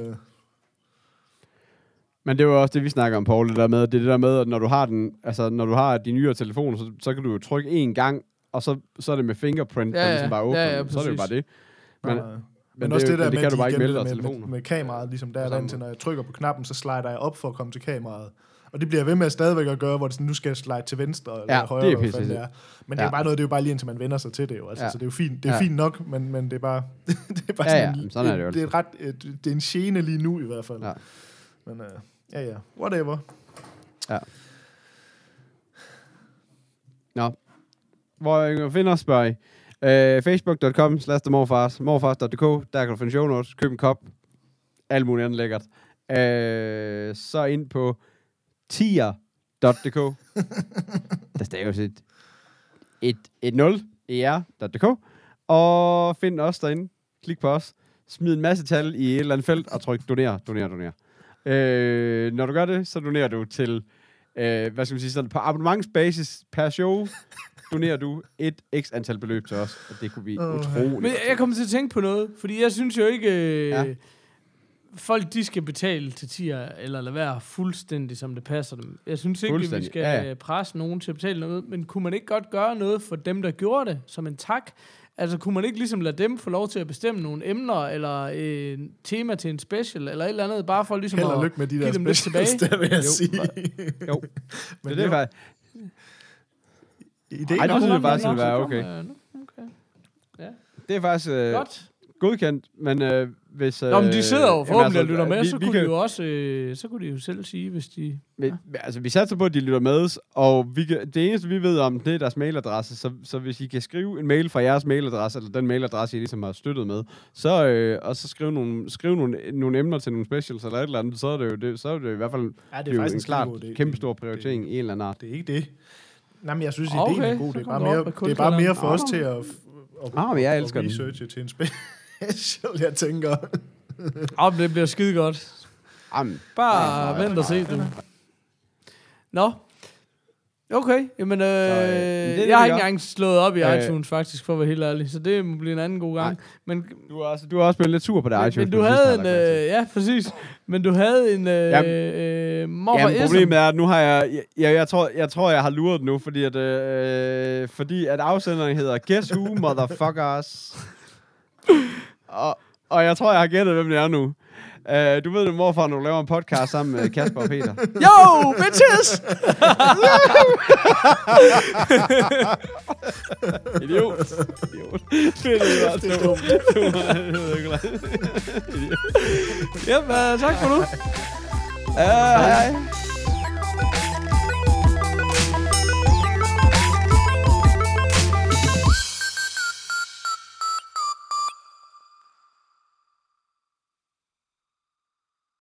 Men det var også det, vi snakker om, Paul, det der med, det er det der med, at når du har den, altså når du har de nyere telefoner, så, så kan du jo trykke én gang, og så, så er det med fingerprint, ja, der ligesom bare åbner, ja, ja, så er det jo bare det. Men, ja, ja. men, men det, også det der det med, kan du bare de ikke melde med, af med, telefoner. med, med kameraet, ligesom der er der til, når jeg trykker på knappen, så slider jeg op for at komme til kameraet. Og det bliver jeg ved med at stadigvæk at gøre, hvor det sådan, nu skal jeg slide til venstre eller ja, højre, det er eller hvad det er. Men det er ja. bare noget, det er jo bare lige indtil man vender sig til det jo. Altså, ja. så det er jo fint, det er ja. fint nok, men, men det er bare, det er bare ja, sådan, ja. En, sådan er det, jo. det er et ret, et, det er en gene lige nu i hvert fald. Ja. Men uh, ja, ja, whatever. Ja. Nå. Hvor jeg kan finde os, spørg I. Uh, Facebook punktum com slash the morfars, morfars punktum d k, der kan du finde show notes, køb en kop, alt muligt andet lækkert. Uh, så ind på tier punktum d k. Der staves et, et, et nul, er punktum d k, og find os derinde, klik på os, smid en masse tal i et eller andet felt, og tryk doner, doner, doner. Uh, når du gør det, så donerer du til, uh, hvad skal man sige, sådan, på abonnementsbasis per show, donerer du et x antal beløb til os, og det kunne vi oh, utroligt. Men jeg kommer til at tænke på noget, fordi jeg synes jo ikke, øh, ja. folk de skal betale til tier, eller lade være fuldstændig, som det passer dem. Jeg synes ikke, at vi skal ja, ja. presse nogen til at betale noget, men kunne man ikke godt gøre noget for dem, der gjorde det, som en tak? Altså, kunne man ikke ligesom lade dem få lov til at bestemme nogle emner, eller et tema til en special, eller et eller andet, bare for ligesom Held og at lykke med de give der dem lidt tilbage? Der vil jeg jo, sige. Jo, men det er faktisk... Ideen Ej, det synes jeg faktisk nok, ville være okay. okay. Ja. Det er faktisk øh, godkendt, men øh, hvis... Øh, Nå, men de sidder jo forhåbentlig altså, og lytter med, vi, så, vi kunne kan, de jo også, øh, så kunne de jo selv sige, hvis de... Vi, ja. Altså, vi satser på, at de lytter med, og vi kan, det eneste, vi ved om, det er deres mailadresse, så, så hvis I kan skrive en mail fra jeres mailadresse, eller den mailadresse, I ligesom har støttet med, så, øh, og så skrive, nogle, skrive nogle, nogle emner til nogle specials, eller et eller andet, så er det jo, det, så er det i hvert fald ja, det er det er faktisk en klart det, kæmpe stor prioritering det, i en eller anden art. Det er ikke det. Nej, men jeg synes, okay, ideen er god. Det er bare mere, det er bare mere for os til at, at, ah, men jeg elsker at researche til en special, jeg tænker. Åh, det bliver skide godt. Jamen. Bare vent og se, du. Nå. Okay, jamen, øh, så, øh, det, jeg har ikke engang slået op i øh, iTunes, faktisk, for at være helt ærlig. Så det må blive en anden god gang. Men, du, har også, du har også blevet lidt sur på det men, iTunes. Men du havde en... Øh, ja, præcis. Men du havde en... Øh, øh, Jamen, problemet er, at nu har jeg... Jeg, jeg, jeg, tror, jeg tror, jeg har luret nu, fordi at, øh, fordi at afsenderen hedder Guess Who, Motherfuckers. og, og jeg tror, jeg har gættet, hvem det er nu. Uh, du ved nu, hvorfor når du laver en podcast sammen med Kasper og Peter. Yo, bitches! Idiot. Idiot. Fedt, det var så dumt. Jamen, tak for nu. Uh, hej, hej.